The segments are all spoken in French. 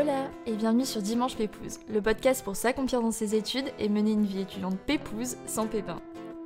Hola et bienvenue sur Dimanche Pépouze, le podcast pour s'accomplir dans ses études et mener une vie étudiante pépouze sans pépin.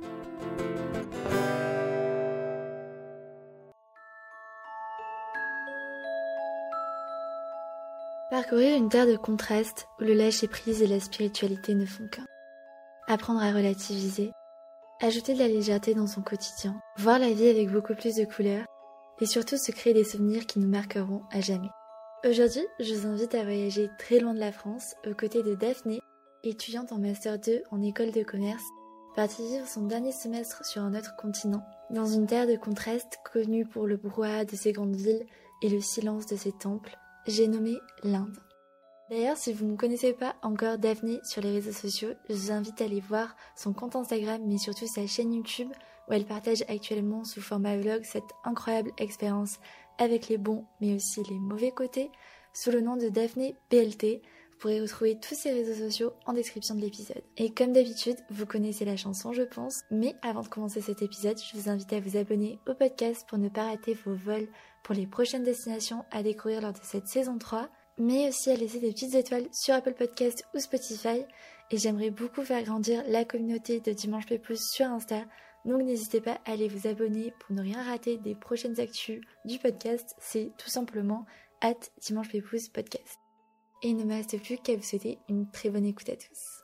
Parcourir une terre de contraste où le lâcher-prise et la spiritualité ne font qu'un. Apprendre à relativiser, ajouter de la légèreté dans son quotidien, voir la vie avec beaucoup plus de couleurs et surtout se créer des souvenirs qui nous marqueront à jamais. Aujourd'hui, je vous invite à voyager très loin de la France aux côtés de Daphné, étudiante en Master 2 en école de commerce, partie vivre son dernier semestre sur un autre continent, dans une terre de contraste connue pour le brouhaha de ses grandes villes et le silence de ses temples. J'ai nommé l'Inde. D'ailleurs, si vous ne connaissez pas encore Daphné sur les réseaux sociaux, je vous invite à aller voir son compte Instagram, mais surtout sa chaîne YouTube, où elle partage actuellement sous format vlog cette incroyable expérience avec les bons, mais aussi les mauvais côtés, sous le nom de Daphné BLT. Vous pourrez retrouver tous ses réseaux sociaux en description de l'épisode. Et comme d'habitude, vous connaissez la chanson, je pense, mais avant de commencer cet épisode, je vous invite à vous abonner au podcast pour ne pas rater vos vols pour les prochaines destinations à découvrir lors de cette saison 3, mais aussi à laisser des petites étoiles sur Apple Podcast ou Spotify. Et j'aimerais beaucoup faire grandir la communauté de Dimanche Pépouze sur Insta, donc n'hésitez pas à aller vous abonner pour ne rien rater des prochaines actus du podcast. C'est tout simplement @Dimanche Pépouze podcast. Et il ne me reste plus qu'à vous souhaiter une très bonne écoute à tous.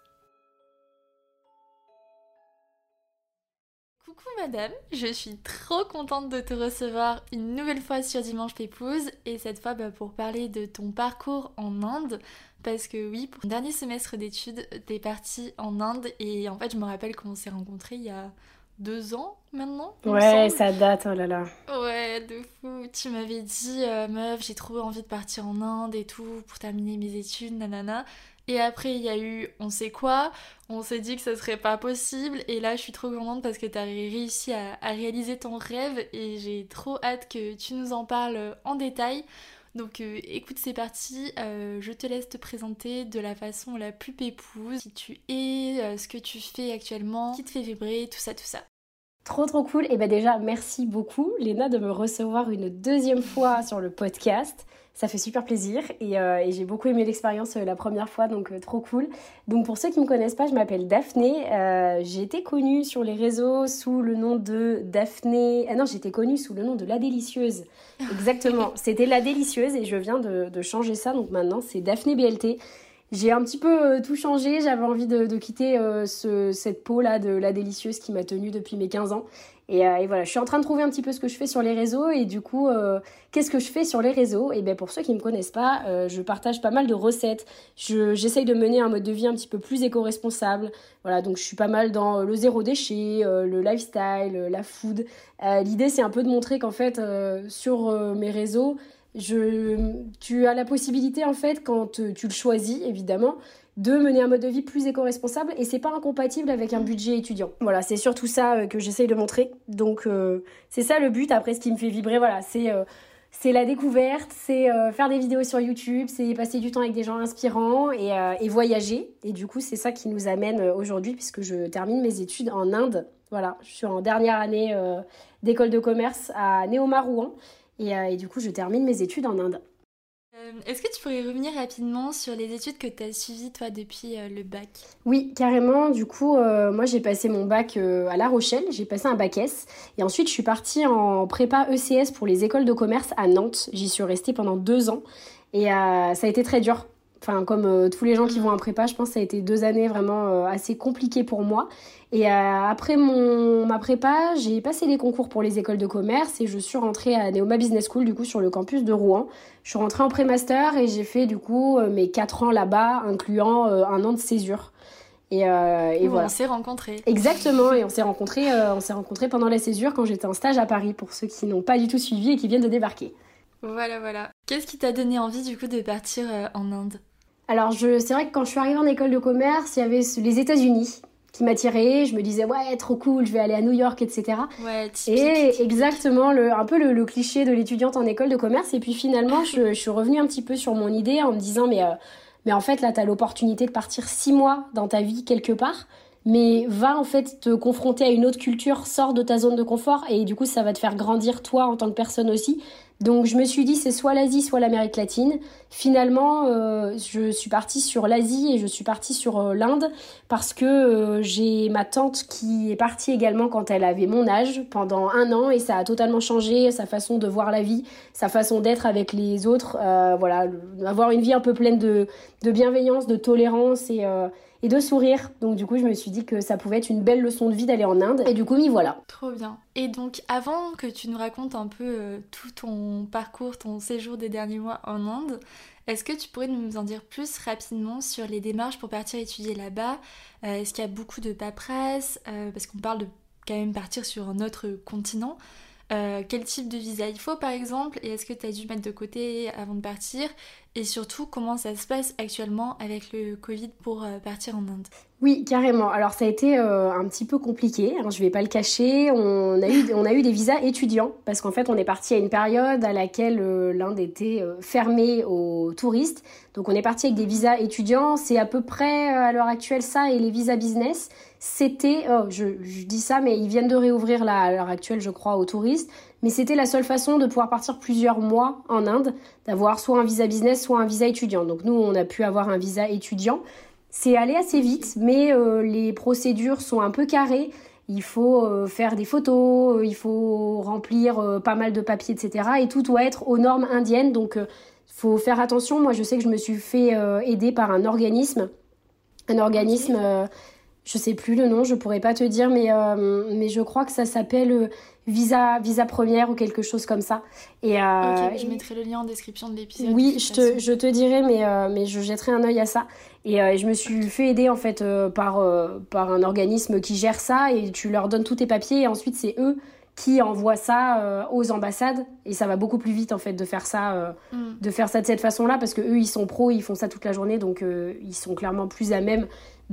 Coucou madame, je suis trop contente de te recevoir une nouvelle fois sur Dimanche Pépouze et cette fois pour parler de ton parcours en Inde, parce que oui, pour ton dernier semestre d'études, t'es partie en Inde et en fait je me rappelle qu'on s'est rencontrés il y a 2 ans maintenant. Ouais, ça date, oh là là. Ouais, de fou. Tu m'avais dit, meuf, j'ai trop envie de partir en Inde et tout pour terminer mes études, nanana. Et après, il y a eu on sait quoi, on s'est dit que ça serait pas possible. Et là, je suis trop contente parce que t'as réussi à réaliser ton rêve et j'ai trop hâte que tu nous en parles en détail. Donc écoute, c'est parti, je te laisse te présenter de la façon la plus pépouze, qui tu es, ce que tu fais actuellement, qui te fait vibrer, tout ça, tout ça. Trop cool. Et déjà, merci beaucoup Léna de me recevoir une deuxième fois sur le podcast. Ça fait super plaisir et j'ai beaucoup aimé l'expérience la première fois, donc trop cool. Donc pour ceux qui me connaissent pas, je m'appelle Daphné. J'ai été connue sur les réseaux sous le nom de Daphné... Ah non, j'ai été connue sous le nom de La Délicieuse. Exactement, c'était La Délicieuse et je viens de changer ça. Donc maintenant, c'est Daphné BLT. J'ai un petit peu tout changé, j'avais envie de quitter cette peau-là de La Délicieuse qui m'a tenue depuis mes 15 ans. Et voilà, je suis en train de trouver un petit peu ce que je fais sur les réseaux et du coup, qu'est-ce que je fais sur les réseaux ? Et pour ceux qui ne me connaissent pas, je partage pas mal de recettes. J'essaye de mener un mode de vie un petit peu plus éco-responsable. Voilà, donc je suis pas mal dans le zéro déchet, le lifestyle, la food. L'idée, c'est un peu de montrer qu'en fait, sur mes réseaux, tu as la possibilité, en fait, quand tu le choisis, évidemment, de mener un mode de vie plus éco-responsable et c'est pas incompatible avec un budget étudiant. Voilà, c'est surtout ça que j'essaye de montrer. Donc, c'est ça le but. Après, ce qui me fait vibrer, voilà, c'est la découverte, c'est faire des vidéos sur YouTube, c'est passer du temps avec des gens inspirants et voyager. Et du coup, c'est ça qui nous amène aujourd'hui puisque je termine mes études en Inde. Voilà, je suis en dernière année d'école de commerce à Neoma Rouen. Et du coup, je termine mes études en Inde. Est-ce que tu pourrais revenir rapidement sur les études que tu as suivies, toi, depuis le bac ? Oui, carrément. Du coup, moi, j'ai passé mon bac à La Rochelle. J'ai passé un bac S. Et ensuite, je suis partie en prépa ECS pour les écoles de commerce à Nantes. J'y suis restée pendant 2 ans. Et ça a été très dur. Enfin, comme tous les gens qui vont en prépa, je pense que ça a été 2 années vraiment assez compliquées pour moi. Et après ma prépa, j'ai passé les concours pour les écoles de commerce et je suis rentrée à Neoma Business School, du coup, sur le campus de Rouen. Je suis rentrée en pré-master et j'ai fait, du coup, mes 4 ans là-bas, incluant 1 an de césure. Et voilà. On s'est rencontrés. Exactement, et on s'est rencontrés pendant la césure quand j'étais en stage à Paris, pour ceux qui n'ont pas du tout suivi et qui viennent de débarquer. Voilà. Qu'est-ce qui t'a donné envie, du coup, de partir en Inde ? Alors, c'est vrai que quand je suis arrivée en école de commerce, il y avait les États-Unis qui m'attiraient. Je me disais, ouais, trop cool, je vais aller à New York, etc. Ouais, typique. Et exactement, un peu le cliché de l'étudiante en école de commerce. Et puis finalement, je suis revenue un petit peu sur mon idée en me disant, mais en fait, là, t'as l'opportunité de partir 6 mois dans ta vie quelque part. Mais va en fait te confronter à une autre culture, sors de ta zone de confort et du coup ça va te faire grandir toi en tant que personne aussi. Donc je me suis dit c'est soit l'Asie soit l'Amérique latine. finalement, je suis partie sur l'Asie et je suis partie sur l'Inde parce que j'ai ma tante qui est partie également quand elle avait mon âge pendant 1 an et ça a totalement changé sa façon de voir la vie, sa façon d'être avec les autres, voilà, avoir une vie un peu pleine de bienveillance, de tolérance et de sourire. Donc du coup, je me suis dit que ça pouvait être une belle leçon de vie d'aller en Inde. Et du coup, m'y voilà. Trop bien. Et donc, avant que tu nous racontes un peu tout ton parcours, ton séjour des derniers mois en Inde, est-ce que tu pourrais nous en dire plus rapidement sur les démarches pour partir étudier là-bas ? Est-ce qu'il y a beaucoup de paperasse ? Parce qu'on parle de quand même partir sur un autre continent. Quel type de visa il faut par exemple, et est-ce que tu as dû mettre de côté avant de partir, et surtout comment ça se passe actuellement avec le Covid pour partir en Inde? Oui, carrément. Alors ça a été un petit peu compliqué, hein, je vais pas le cacher. On a eu des visas étudiants parce qu'en fait on est parti à une période à laquelle l'Inde était fermée aux touristes. Donc on est parti avec des visas étudiants. C'est à peu près à l'heure actuelle ça, et les visas business, c'était, je dis ça, mais ils viennent de réouvrir là à l'heure actuelle, je crois, aux touristes. Mais c'était la seule façon de pouvoir partir plusieurs mois en Inde, d'avoir soit un visa business, soit un visa étudiant. Donc nous, on a pu avoir un visa étudiant. C'est allé assez vite, mais les procédures sont un peu carrées. Il faut faire des photos, il faut remplir pas mal de papiers, etc. Et tout doit être aux normes indiennes. Donc, faut faire attention. Moi, je sais que je me suis fait aider par un organisme. Okay. Je sais plus le nom, je pourrais pas te dire, mais je crois que ça s'appelle Visa Première ou quelque chose comme ça. Et, ok, je mettrai le lien en description de l'épisode. Oui, je te dirai, mais je jetterai un œil à ça. Et je me suis fait aider en fait par un organisme qui gère ça, et tu leur donnes tous tes papiers et ensuite c'est eux qui envoient ça aux ambassades, et ça va beaucoup plus vite en fait de faire ça de cette façon-là, parce que eux ils sont pros, ils font ça toute la journée, donc ils sont clairement plus à même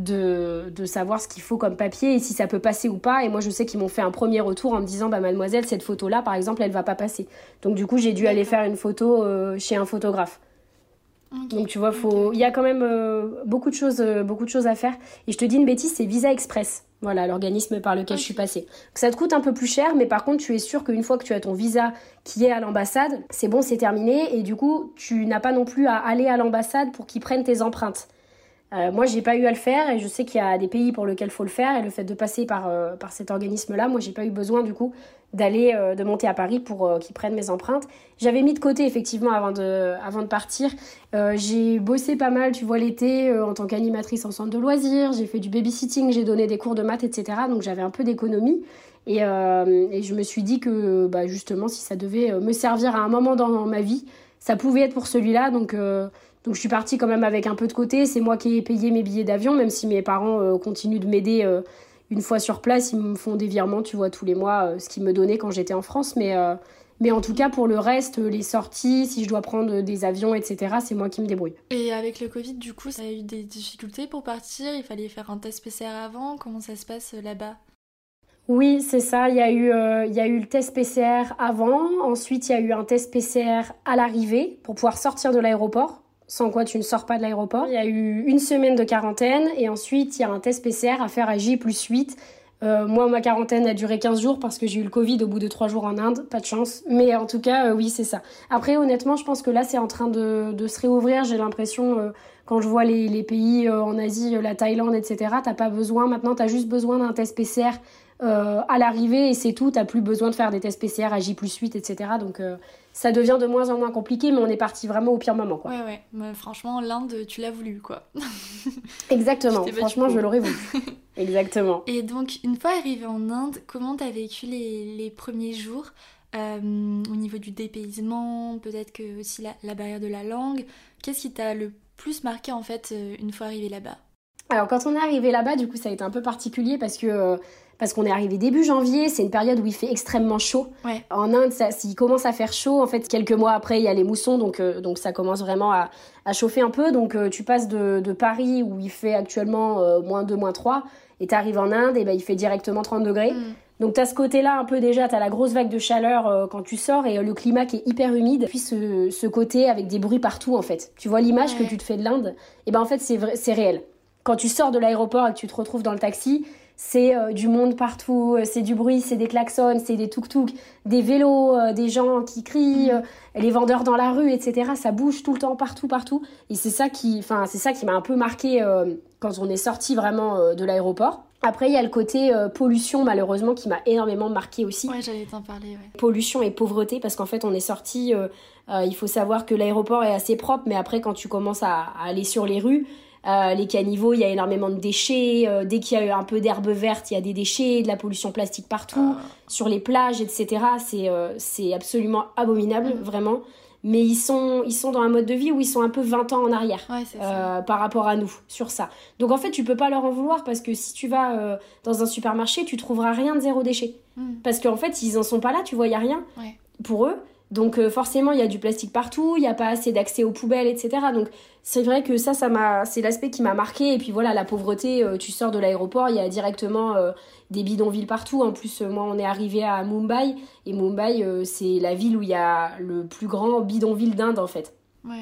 de savoir ce qu'il faut comme papier et si ça peut passer ou pas. Et moi je sais qu'ils m'ont fait un premier retour en me disant mademoiselle, cette photo là par exemple elle va pas passer, donc du coup j'ai dû aller faire une photo chez un photographe. Okay. Donc tu vois, il y a quand même beaucoup de choses à faire. Et je te dis une bêtise, c'est Visa Express, voilà l'organisme par lequel je suis passée. Donc, ça te coûte un peu plus cher, mais par contre tu es sûr qu'une fois que tu as ton visa qui est à l'ambassade, c'est bon, c'est terminé, et du coup tu n'as pas non plus à aller à l'ambassade pour qu'ils prennent tes empreintes. Moi j'ai pas eu à le faire, et je sais qu'il y a des pays pour lesquels il faut le faire, et le fait de passer par cet organisme-là, moi j'ai pas eu besoin du coup de monter à Paris pour qu'ils prennent mes empreintes. J'avais mis de côté effectivement avant de partir. J'ai bossé pas mal, tu vois, l'été en tant qu'animatrice en centre de loisirs. J'ai fait du babysitting, j'ai donné des cours de maths, etc. Donc j'avais un peu d'économie. Et je me suis dit que justement, si ça devait me servir à un moment dans ma vie, ça pouvait être pour celui-là. Donc je suis partie quand même avec un peu de côté. C'est moi qui ai payé mes billets d'avion, même si mes parents continuent de m'aider. Une fois sur place, ils me font des virements, tu vois, tous les mois, ce qu'ils me donnaient quand j'étais en France. Mais en tout cas, pour le reste, les sorties, si je dois prendre des avions, etc., c'est moi qui me débrouille. Et avec le Covid, du coup, ça a eu des difficultés pour partir? Il fallait faire un test PCR avant? Comment ça se passe là-bas? Oui, c'est ça. Il y a eu le test PCR avant. Ensuite, il y a eu un test PCR à l'arrivée pour pouvoir sortir de l'aéroport. Sans quoi tu ne sors pas de l'aéroport. Il y a eu 1 semaine de quarantaine, et ensuite il y a un test PCR à faire à J+8. Moi, ma quarantaine a duré 15 jours parce que j'ai eu le Covid au bout de 3 jours en Inde, pas de chance. Mais en tout cas, oui, c'est ça. Après, honnêtement, je pense que là, c'est en train de se réouvrir. J'ai l'impression, quand je vois les pays en Asie, la Thaïlande, etc., t'as pas besoin. Maintenant, t'as juste besoin d'un test PCR à l'arrivée, et c'est tout. T'as plus besoin de faire des tests PCR à J+8, etc. Donc, ça devient de moins en moins compliqué, mais on est parti vraiment au pire moment, quoi. Ouais. Mais franchement, l'Inde, tu l'as voulu, quoi. Exactement. Franchement, je l'aurais voulu. Exactement. Et donc, une fois arrivée en Inde, comment t'as vécu les premiers jours au niveau du dépaysement, peut-être que aussi la barrière de la langue? Qu'est-ce qui t'a le plus marqué, en fait, une fois arrivée là-bas? Alors, quand on est arrivé là-bas, du coup, ça a été un peu particulier parce qu'on est arrivé début janvier, c'est une période où il fait extrêmement chaud. Ouais. En Inde, s'il commence à faire chaud, en fait, quelques mois après, il y a les moussons, donc ça commence vraiment à chauffer un peu. Donc, tu passes de Paris, où il fait actuellement -2, -3, et t'arrives en Inde, et il fait directement 30 degrés. Donc, t'as ce côté-là un peu déjà, t'as la grosse vague de chaleur quand tu sors, et le climat qui est hyper humide. Puis ce côté avec des bruits partout, en fait. Tu vois l'image que tu te fais de l'Inde, et en fait, c'est vrai, c'est réel. Quand tu sors de l'aéroport et que tu te retrouves dans le taxi, c'est du monde partout, c'est du bruit, c'est des klaxons, c'est des tuk-tuk, des vélos, des gens qui crient, les vendeurs dans la rue, etc. Ça bouge tout le temps, partout. Et c'est ça qui m'a un peu marqué quand on est sorti vraiment de l'aéroport. Après, il y a le côté pollution, malheureusement, qui m'a énormément marqué aussi. Ouais, j'allais t'en parler, ouais. Pollution et pauvreté, parce qu'en fait, on est sorti... il faut savoir que l'aéroport est assez propre, mais après, quand tu commences à aller sur les rues, les caniveaux, il y a énormément de déchets. Dès qu'il y a un peu d'herbe verte, il y a des déchets, de la pollution plastique partout. Sur les plages, etc. C'est absolument abominable, vraiment. Mais ils sont dans un mode de vie où ils sont un peu 20 ans en arrière par rapport à nous, sur ça. Donc en fait, tu peux pas leur en vouloir parce que si tu vas dans un supermarché, tu trouveras rien de zéro déchet. Parce qu'en fait, ils en sont pas là, tu vois, il y a rien pour eux. Donc forcément, il y a du plastique partout, il n'y a pas assez d'accès aux poubelles, etc. Donc c'est vrai que c'est l'aspect qui m'a marqué. Et puis voilà, la pauvreté, tu sors de l'aéroport, il y a directement des bidonvilles partout. En plus, moi, on est arrivé à Mumbai. Et Mumbai, c'est la ville où il y a le plus grand bidonville d'Inde, en fait.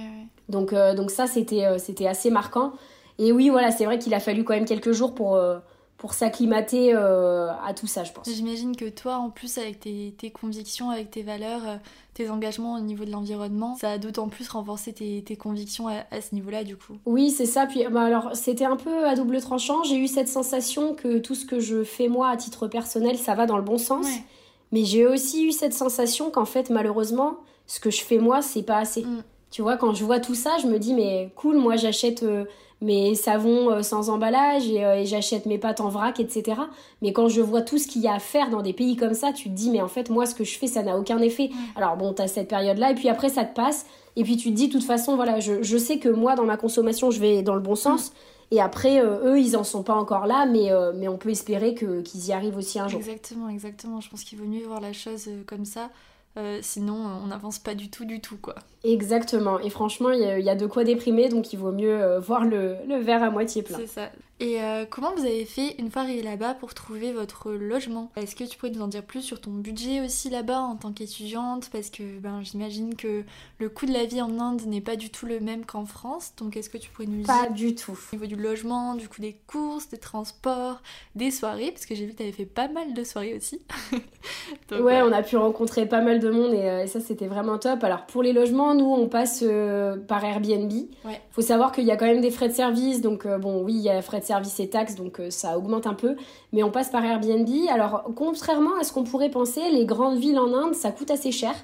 Donc ça, c'était assez marquant. Et oui, voilà, c'est vrai qu'il a fallu quand même quelques jours pour s'acclimater à tout ça, je pense. J'imagine que toi, en plus, avec tes convictions, avec tes valeurs, tes engagements au niveau de l'environnement, ça a d'autant plus renforcé tes convictions à ce niveau-là, du coup. Oui, c'est ça. Puis, alors, c'était un peu à double tranchant. J'ai eu cette sensation que tout ce que je fais, moi, à titre personnel, ça va dans le bon sens. Mais j'ai aussi eu cette sensation qu'en fait, malheureusement, ce que je fais, moi, c'est pas assez. Tu vois, quand je vois tout ça, je me dis, mais cool, moi, j'achète... mes savons sans emballage et j'achète mes pâtes en vrac, etc. Mais quand je vois tout ce qu'il y a à faire dans des pays comme ça, tu te dis, mais en fait, moi, ce que je fais, ça n'a aucun effet. Alors bon, t'as cette période-là, et puis après, ça te passe. Et puis tu te dis, de toute façon, voilà, je sais que moi, dans ma consommation, je vais dans le bon sens. Et après, eux, ils en sont pas encore là, mais on peut espérer qu'ils y arrivent aussi un jour. Exactement. Je pense qu'il vaut mieux voir la chose comme ça. Sinon on n'avance pas du tout quoi. Exactement, et franchement il y a de quoi déprimer, donc il vaut mieux voir le verre à moitié plein. C'est ça. Et comment vous avez fait une fois arrivé là-bas pour trouver votre logement? Est-ce que tu pourrais nous en dire plus sur ton budget aussi là-bas en tant qu'étudiante? Parce que j'imagine que le coût de la vie en Inde n'est pas du tout le même qu'en France, donc est-ce que tu pourrais nous dire Pas du tout. Au niveau du logement, du coup des courses, des transports, des soirées, parce que j'ai vu que tu avais fait pas mal de soirées aussi. Donc, ouais, on a pu rencontrer pas mal de monde et ça c'était vraiment top. Alors pour les logements, nous on passe par Airbnb. Faut savoir qu'il y a quand même des frais de service, donc bon oui il y a frais de service et taxes, donc ça augmente un peu, mais on passe par Airbnb. Alors contrairement à ce qu'on pourrait penser, les grandes villes en Inde ça coûte assez cher.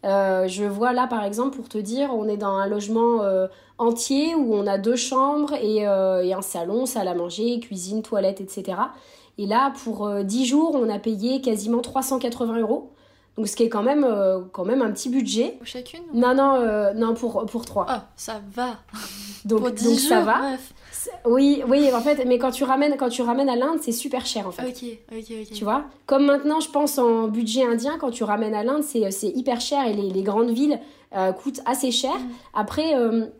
Je vois là par exemple, pour te dire, on est dans un logement entier où on a 2 chambres et un salon, salle à manger, cuisine, toilette, etc. Et là, pour 10 jours, on a payé quasiment 380 €. Donc, ce qui est quand même un petit budget. Pour chacune? Non, pour 3. Oh, ça va. Donc, pour 10 jours, ça va. Bref. Oui, en fait, mais quand tu ramènes à l'Inde, c'est super cher, en fait. Ok. Tu vois? Comme maintenant, je pense en budget indien, quand tu ramènes à l'Inde, c'est hyper cher et les grandes villes coûtent assez cher. Après...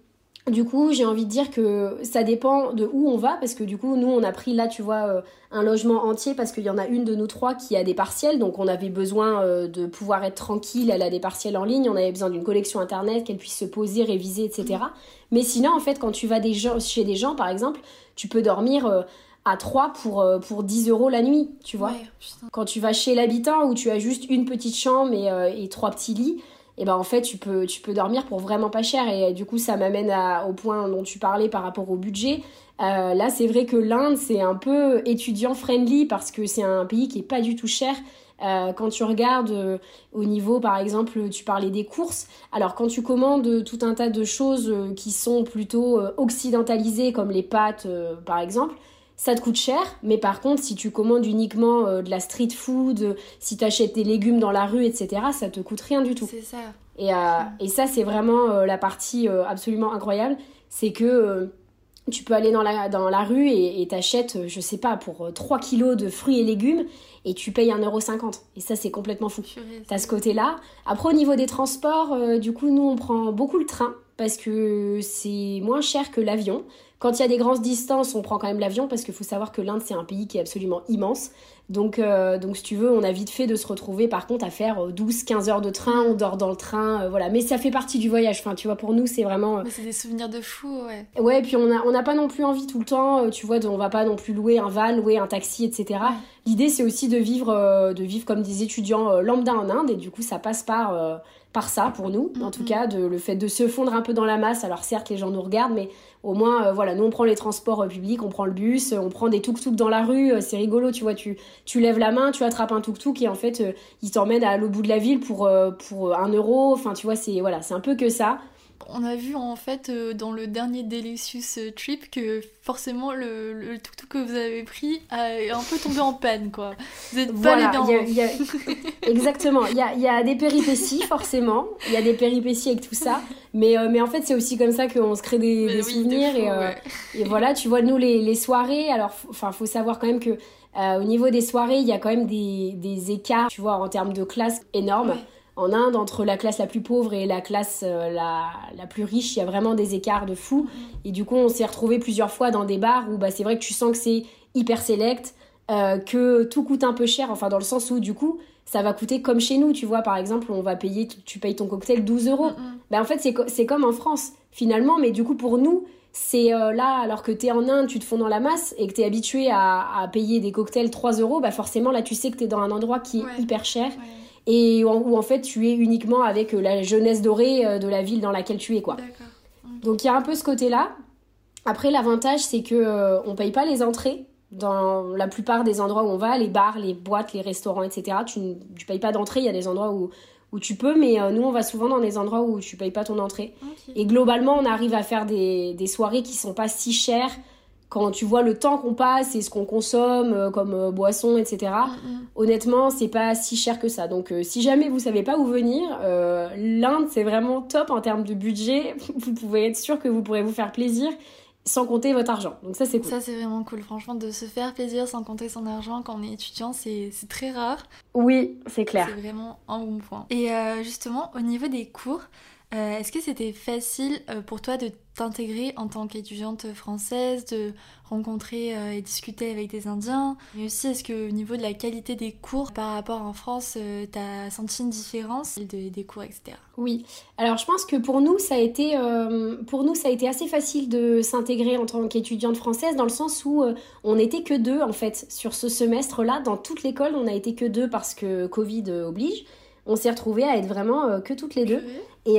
du coup, j'ai envie de dire que ça dépend de où on va, parce que du coup, nous, on a pris là, tu vois, un logement entier, parce qu'il y en a une de nous 3 qui a des partiels, donc on avait besoin de pouvoir être tranquille, elle a des partiels en ligne, on avait besoin d'une connexion internet, qu'elle puisse se poser, réviser, etc. Mais sinon, en fait, quand tu vas chez des gens, par exemple, tu peux dormir... à 3 pour 10 € la nuit, tu vois. Quand tu vas chez l'habitant où tu as juste une petite chambre et 3 petits lits, et ben en fait tu peux dormir pour vraiment pas cher. Et du coup ça m'amène au point dont tu parlais par rapport au budget. Là c'est vrai que l'Inde c'est un peu étudiant friendly parce que c'est un pays qui est pas du tout cher. Quand tu regardes au niveau, par exemple, tu parlais des courses. Alors, quand tu commandes tout un tas de choses qui sont plutôt occidentalisées, comme les pâtes, par exemple, ça te coûte cher. Mais par contre, si tu commandes uniquement de la street food, si tu achètes des légumes dans la rue, etc., ça te coûte rien du tout. C'est ça. Et ça, c'est vraiment la partie absolument incroyable. C'est que... tu peux aller dans la rue et t'achètes, je sais pas, pour 3 kilos de fruits et légumes et tu payes 1,50 €. Et ça, c'est complètement fou. T'as ce côté-là. Après, au niveau des transports, du coup, nous, on prend beaucoup le train parce que c'est moins cher que l'avion. Quand il y a des grandes distances, on prend quand même l'avion parce qu'il faut savoir que l'Inde, c'est un pays qui est absolument immense. Donc si tu veux, on a vite fait de se retrouver par contre à faire 12-15 heures de train, on dort dans le train, voilà. Mais ça fait partie du voyage, enfin tu vois, pour nous c'est vraiment... Mais c'est des souvenirs de fou, ouais. Ouais, et puis on n'a pas non plus envie tout le temps, tu vois, on va pas non plus louer un van, louer un taxi, etc. Ouais. L'idée c'est aussi de vivre comme des étudiants lambda en Inde, et du coup ça passe par ça pour nous, en tout cas, le fait de se fondre un peu dans la masse. Alors certes les gens nous regardent, mais au moins voilà, nous on prend les transports publics, on prend le bus, on prend des tuk-tuk dans la rue, c'est rigolo, tu vois, tu lèves la main, tu attrapes un tuk-tuk et en fait il t'emmène à l'autre bout de la ville pour 1 euro, enfin tu vois, c'est un peu que ça. On a vu en fait dans le dernier Delicious Trip que forcément le tuk-tuk que vous avez pris est un peu tombé en panne, quoi. Vous êtes pas allé bien. Exactement, il y a des péripéties forcément, il y a des péripéties avec tout ça, mais en fait c'est aussi comme ça qu'on se crée des souvenirs et voilà, tu vois, nous les soirées, alors faut savoir quand même que au niveau des soirées, il y a quand même des écarts, tu vois, en termes de classe énormes. Ouais. En Inde, entre la classe la plus pauvre et la classe la plus riche, il y a vraiment des écarts de fou. Et du coup, on s'est retrouvés plusieurs fois dans des bars où c'est vrai que tu sens que c'est hyper select, que tout coûte un peu cher, enfin dans le sens où du coup, ça va coûter comme chez nous, tu vois. Par exemple, tu payes ton cocktail 12 euros. En fait, c'est comme en France, finalement. Mais du coup, pour nous, c'est là, alors que t'es en Inde, tu te fonds dans la masse et que t'es habitué à payer des cocktails 3 euros, forcément, là, tu sais que t'es dans un endroit qui est hyper cher. Ouais. Et où en fait tu es uniquement avec la jeunesse dorée de la ville dans laquelle tu es, quoi. D'accord. Donc il y a un peu ce côté-là. Après, l'avantage c'est que on paye pas les entrées dans la plupart des endroits où on va, les bars, les boîtes, les restaurants, etc. Tu payes pas d'entrée. Il y a des endroits où tu peux, mais nous on va souvent dans des endroits où tu payes pas ton entrée. Okay. Et globalement on arrive à faire des soirées qui sont pas si chères quand tu vois le temps qu'on passe et ce qu'on consomme comme boisson, etc. Honnêtement, c'est pas si cher que ça. Donc, si jamais vous savez pas où venir, l'Inde, c'est vraiment top en termes de budget. Vous pouvez être sûr que vous pourrez vous faire plaisir sans compter votre argent. Donc ça, c'est cool. Ça, c'est vraiment cool. Franchement, de se faire plaisir sans compter son argent quand on est étudiant, c'est très rare. Oui, c'est clair. C'est vraiment un bon point. Et justement, au niveau des cours, est-ce que c'était facile pour toi de t'intégrer en tant qu'étudiante française, de rencontrer et discuter avec des Indiens? Mais aussi, est-ce qu'au niveau de la qualité des cours par rapport en France, t'as senti une différence des cours, etc.? Oui, alors je pense que pour nous, ça a été assez facile de s'intégrer en tant qu'étudiante française, dans le sens où on n'était que 2 en fait sur ce semestre-là. Dans toute l'école, on n'a été que 2 parce que Covid oblige. On s'est retrouvés à être vraiment que toutes les 2.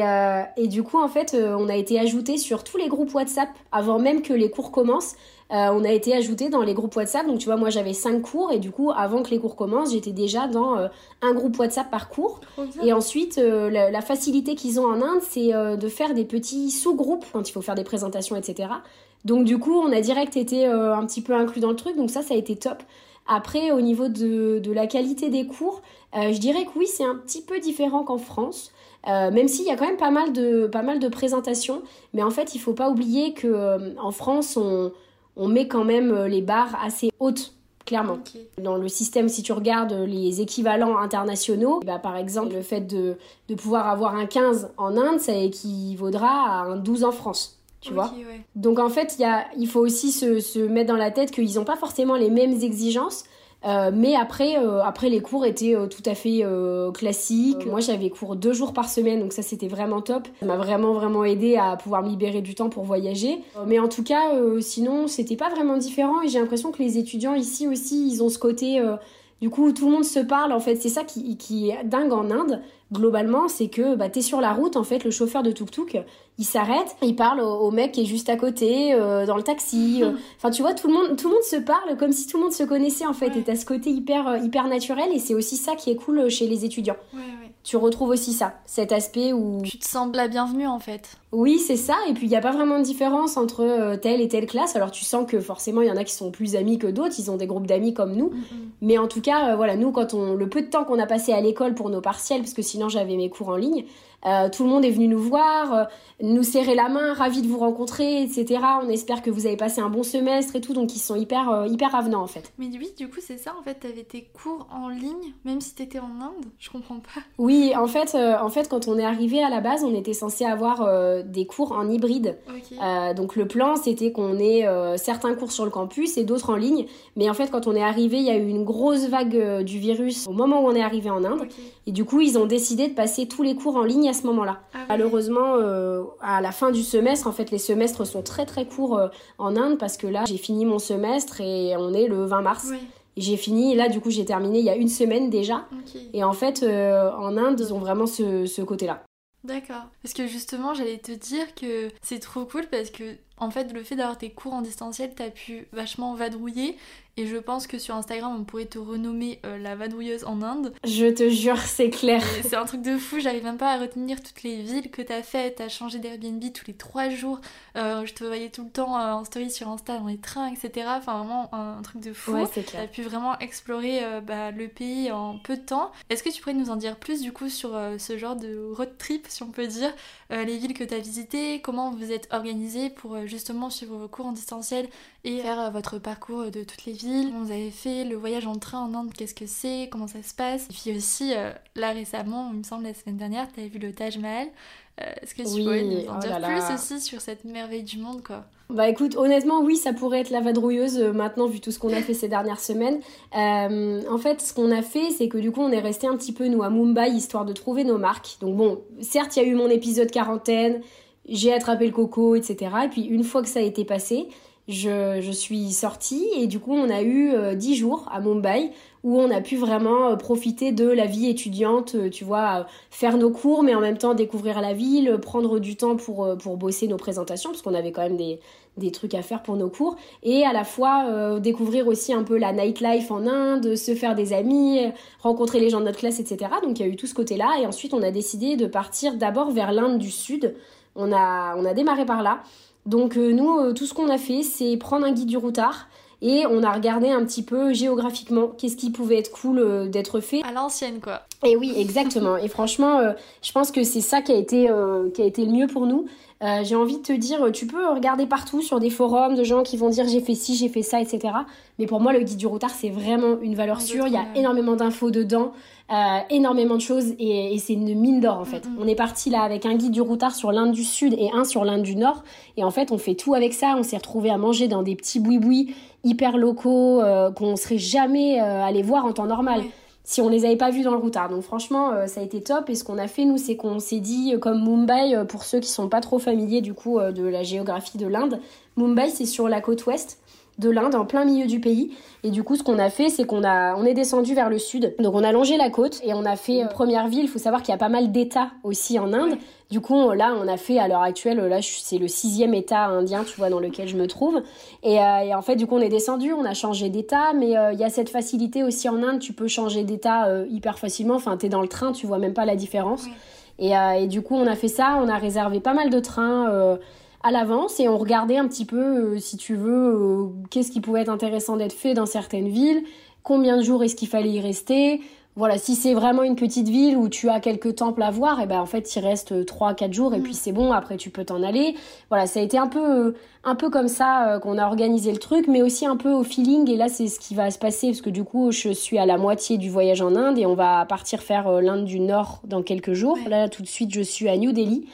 Et du coup, en fait, on a été ajoutés sur tous les groupes WhatsApp avant même que les cours commencent. On a été ajoutés dans les groupes WhatsApp. Donc, tu vois, moi, j'avais 5 cours. Et du coup, avant que les cours commencent, j'étais déjà dans un groupe WhatsApp par cours. Et ensuite, la facilité qu'ils ont en Inde, c'est de faire des petits sous-groupes quand il faut faire des présentations, etc. Donc, du coup, on a direct été un petit peu inclus dans le truc. Donc, ça a été top. Après, au niveau de la qualité des cours, je dirais que oui, c'est un petit peu différent qu'en France. Même s'il y a quand même pas mal de présentations, mais en fait il faut pas oublier que en France on met quand même les barres assez hautes, clairement. Okay. Dans le système, si tu regardes les équivalents internationaux, par exemple le fait de pouvoir avoir un 15 en Inde, ça équivaudra à un 12 en France. Tu vois. Ouais. Donc en fait il faut aussi se mettre dans la tête qu'ils n'ont pas forcément les mêmes exigences. Mais après les cours étaient tout à fait classiques. Moi j'avais cours 2 jours par semaine, donc ça c'était vraiment top. Ça m'a vraiment aidé à pouvoir me libérer du temps pour voyager. Mais en tout cas sinon c'était pas vraiment différent, et j'ai l'impression que les étudiants ici aussi ils ont ce côté du coup tout le monde se parle en fait. C'est ça qui est dingue en Inde globalement, c'est que t'es sur la route en fait, le chauffeur de tuk-tuk il s'arrête, il parle au mec qui est juste à côté dans le taxi, enfin tu vois, tout le monde se parle comme si tout le monde se connaissait en fait. Ouais. Et t'as ce côté hyper naturel, et c'est aussi ça qui est cool chez les étudiants. Ouais. Tu retrouves aussi ça, cet aspect où tu te sens la bienvenue en fait. Oui, c'est ça. Et puis il n'y a pas vraiment de différence entre telle et telle classe. Alors tu sens que forcément il y en a qui sont plus amis que d'autres, ils ont des groupes d'amis comme nous. Mais en tout cas voilà, nous quand le peu de temps qu'on a passé à l'école pour nos partiels, parce que sinon j'avais mes cours en ligne, tout le monde est venu nous voir, nous serrer la main, ravis de vous rencontrer, etc. On espère que vous avez passé un bon semestre et tout, donc ils sont hyper avenants en fait. Mais oui, du coup c'est ça en fait, t'avais tes cours en ligne même si t'étais en Inde? Je comprends pas. Oui, en fait quand on est arrivé à la base, on était censé avoir des cours en hybride. Ok. Donc le plan, c'était qu'on ait certains cours sur le campus et d'autres en ligne. Mais en fait, quand on est arrivé, il y a eu une grosse vague du virus au moment où on est arrivé en Inde. Ok. Et du coup, ils ont décidé de passer tous les cours en ligne à ce moment-là. Ah ouais. Malheureusement, à la fin du semestre, en fait, les semestres sont très très courts en Inde parce que là, j'ai fini mon semestre et on est le 20 mars. Ouais. Et j'ai fini, et là, du coup, j'ai terminé il y a une semaine déjà. Ok. Et en fait, en Inde, ils ont vraiment ce côté-là. D'accord. Parce que justement, j'allais te dire que c'est trop cool parce que, en fait, le fait d'avoir tes cours en distanciel, t'as pu vachement vadrouiller. Et je pense que sur Instagram, on pourrait te renommer la vadrouilleuse en Inde. Je te jure, c'est clair. Et c'est un truc de fou, j'arrive même pas à retenir toutes les villes que t'as faites. T'as changé d'Airbnb tous les 3 jours. Je te voyais tout le temps en story sur Insta, dans les trains, etc. Enfin, vraiment un truc de fou. Ouais, c'est clair. T'as pu vraiment explorer le pays en peu de temps. Est-ce que tu pourrais nous en dire plus du coup sur ce genre de road trip, si on peut dire, les villes que t'as visitées, comment vous êtes organisé pour justement suivre vos cours en distanciel et faire votre parcours de toutes les villes. Vous avez fait le voyage en train en Inde, qu'est-ce que c'est, comment ça se passe. Et puis aussi, là récemment, il me semble la semaine dernière, t'avais vu le Taj Mahal. Est-ce que tu pourrais nous en dire plus aussi sur cette merveille du monde, quoi? Bah écoute, honnêtement, oui, ça pourrait être la vadrouilleuse maintenant, vu tout ce qu'on a fait ces dernières semaines. En fait, ce qu'on a fait, c'est que du coup, on est resté un petit peu, nous, à Mumbai, histoire de trouver nos marques. Donc bon, certes, il y a eu mon épisode quarantaine, j'ai attrapé le coco, etc. Et puis, une fois que ça a été passé, je suis sortie et du coup, on a eu 10 jours à Mumbai où on a pu vraiment profiter de la vie étudiante, tu vois, faire nos cours, mais en même temps découvrir la ville, prendre du temps pour bosser nos présentations, parce qu'on avait quand même des trucs à faire pour nos cours, et à la fois découvrir aussi un peu la nightlife en Inde, se faire des amis, rencontrer les gens de notre classe, etc. Donc il y a eu tout ce côté-là, et ensuite on a décidé de partir d'abord vers l'Inde du Sud. On a démarré par là. Donc nous, tout ce qu'on a fait, c'est prendre un guide du routard et on a regardé un petit peu géographiquement qu'est-ce qui pouvait être cool d'être fait. À l'ancienne, quoi. Et oui, exactement. Et franchement, je pense que c'est ça qui a été le mieux pour nous. J'ai envie de te dire, tu peux regarder partout sur des forums de gens qui vont dire j'ai fait ci, j'ai fait ça, etc. Mais pour moi, le guide du routard, c'est vraiment une valeur sûre. Il y a énormément d'infos dedans, énormément de choses et c'est une mine d'or en fait. On est parti là avec un guide du routard sur l'Inde du Sud et un sur l'Inde du Nord. Et en fait, on fait tout avec ça. On s'est retrouvés à manger dans des petits boui-boui hyper locaux qu'on serait jamais allé voir en temps normal. Ouais. Si on les avait pas vus dans le routard. Donc franchement, ça a été top. Et ce qu'on a fait, nous, c'est qu'on s'est dit, comme Mumbai, pour ceux qui sont pas trop familiers du coup de la géographie de l'Inde, Mumbai, c'est sur la côte ouest de l'Inde, en plein milieu du pays. Et du coup, ce qu'on a fait, c'est qu'on est descendu vers le sud. Donc on a longé la côte et on a fait première ville. Il faut savoir qu'il y a pas mal d'États aussi en Inde. Ouais. Du coup, là, on a fait, à l'heure actuelle, là, c'est le 6e État indien, tu vois, dans lequel je me trouve. Et en fait, du coup, on est descendu, on a changé d'État, mais il y a cette facilité aussi en Inde, tu peux changer d'État hyper facilement. Enfin, t'es dans le train, tu vois même pas la différence. Ouais. Et du coup, on a fait ça, on a réservé pas mal de trains à l'avance et on regardait un petit peu, si tu veux, qu'est-ce qui pouvait être intéressant d'être fait dans certaines villes, combien de jours est-ce qu'il fallait y rester. Voilà, si c'est vraiment une petite ville où tu as quelques temples à voir, et ben en fait, il reste 3-4 jours et puis c'est bon, après tu peux t'en aller. Voilà, ça a été un peu comme ça qu'on a organisé le truc, mais aussi un peu au feeling. Et là, c'est ce qui va se passer parce que du coup, je suis à la moitié du voyage en Inde et on va partir faire l'Inde du Nord dans quelques jours. Ouais. Là, tout de suite, je suis à New Delhi.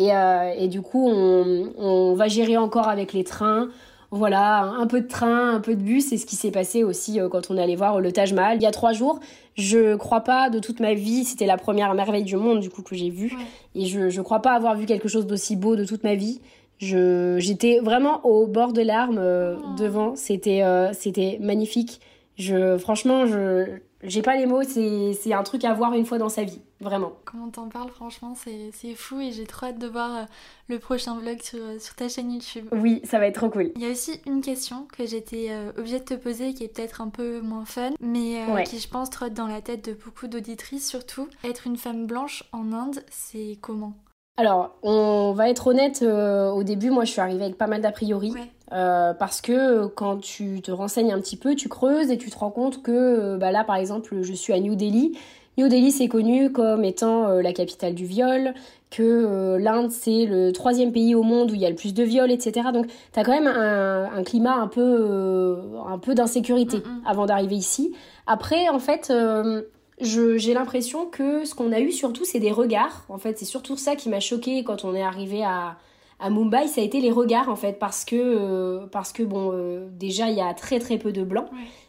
Et du coup, on va gérer encore avec les trains. Voilà, un peu de train, un peu de bus. C'est ce qui s'est passé aussi quand on allait voir le Taj Mahal il y a 3 jours. Je crois pas de toute ma vie, c'était la première merveille du monde du coup que j'ai vue. Ouais. Et je crois pas avoir vu quelque chose d'aussi beau de toute ma vie. J'étais vraiment au bord de larmes devant. C'était magnifique. Franchement, j'ai pas les mots, c'est un truc à voir une fois dans sa vie, vraiment. Comment t'en parles, franchement, c'est fou et j'ai trop hâte de voir le prochain vlog sur ta chaîne YouTube. Oui, ça va être trop cool. Il y a aussi une question que j'étais obligée de te poser qui est peut-être un peu moins fun, mais qui, je pense, trotte dans la tête de beaucoup d'auditrices surtout. Être une femme blanche en Inde, c'est comment ? Alors, on va être honnête, au début, moi je suis arrivée avec pas mal d'a priori. Ouais. Parce que quand tu te renseignes un petit peu, tu creuses et tu te rends compte que là par exemple je suis à New Delhi. New Delhi c'est connu comme étant la capitale du viol, que l'Inde c'est le 3e pays au monde où il y a le plus de viols, etc. Donc t'as quand même un climat un peu d'insécurité avant d'arriver ici. Après en fait J'ai l'impression que ce qu'on a eu surtout, c'est des regards. En fait, c'est surtout ça qui m'a choquée quand on est arrivé à Mumbai, ça a été les regards en fait, parce que bon, déjà il y a très très peu de blancs,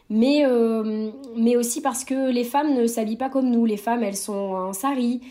mais aussi parce que les femmes ne s'habillent pas comme nous. Les femmes, elles sont en sari,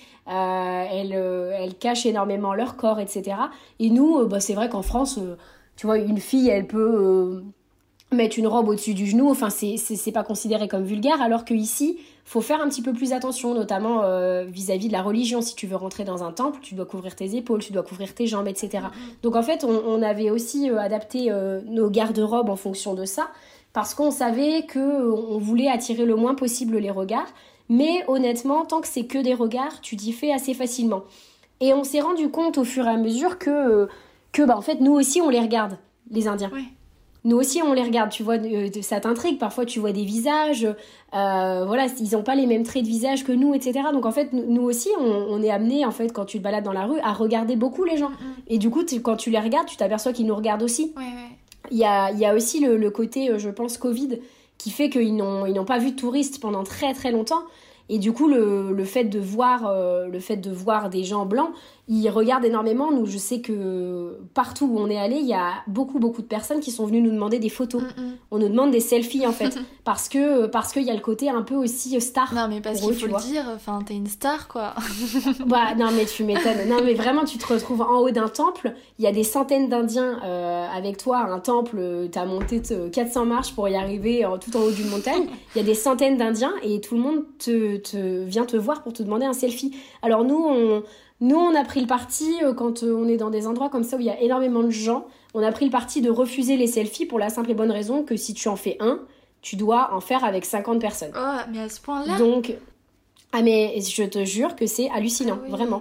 elles cachent énormément leur corps, etc. Et nous, c'est vrai qu'en France, tu vois, une fille, elle peut mettre une robe au-dessus du genou, enfin c'est pas considéré comme vulgaire, alors que ici faut faire un petit peu plus attention, notamment vis-à-vis de la religion. Si tu veux rentrer dans un temple, tu dois couvrir tes épaules, tu dois couvrir tes jambes, etc. Donc en fait on avait aussi adapté nos garde-robes en fonction de ça, parce qu'on savait que on voulait attirer le moins possible les regards, mais honnêtement tant que c'est que des regards, tu t'y fais assez facilement. Et on s'est rendu compte au fur et à mesure que en fait nous aussi on les regarde, les Indiens. Ouais. Nous aussi, on les regarde, tu vois, ça t'intrigue. Parfois, tu vois des visages, voilà, ils n'ont pas les mêmes traits de visage que nous, etc. Donc, en fait, nous aussi, on est amenés, en fait, quand tu te balades dans la rue, à regarder beaucoup les gens. Et du coup, quand tu les regardes, tu t'aperçois qu'ils nous regardent aussi. Ouais. Il y a aussi le côté, je pense, Covid, qui fait qu'ils n'ont pas vu de touristes pendant très, très longtemps. Et du coup, le fait de voir des gens blancs, ils regardent énormément. Nous, je sais que partout où on est allé, il y a beaucoup, beaucoup de personnes qui sont venues nous demander des photos. On nous demande des selfies, en fait. parce qu'il y a le côté un peu aussi star. Non, mais parce qu'il faut le dire, enfin, t'es une star, quoi. Bah, non, mais tu m'étonnes. Non, mais vraiment, tu te retrouves en haut d'un temple. Il y a des centaines d'Indiens avec toi. Un temple, t'as monté 400 marches pour y arriver tout en haut d'une montagne. Il y a des centaines d'Indiens et tout le monde vient te voir pour te demander un selfie. Alors nous, on a pris le parti, quand on est dans des endroits comme ça où il y a énormément de gens, on a pris le parti de refuser les selfies pour la simple et bonne raison que si tu en fais un, tu dois en faire avec 50 personnes. Oh, mais à ce point-là. Donc, mais je te jure que c'est hallucinant, vraiment.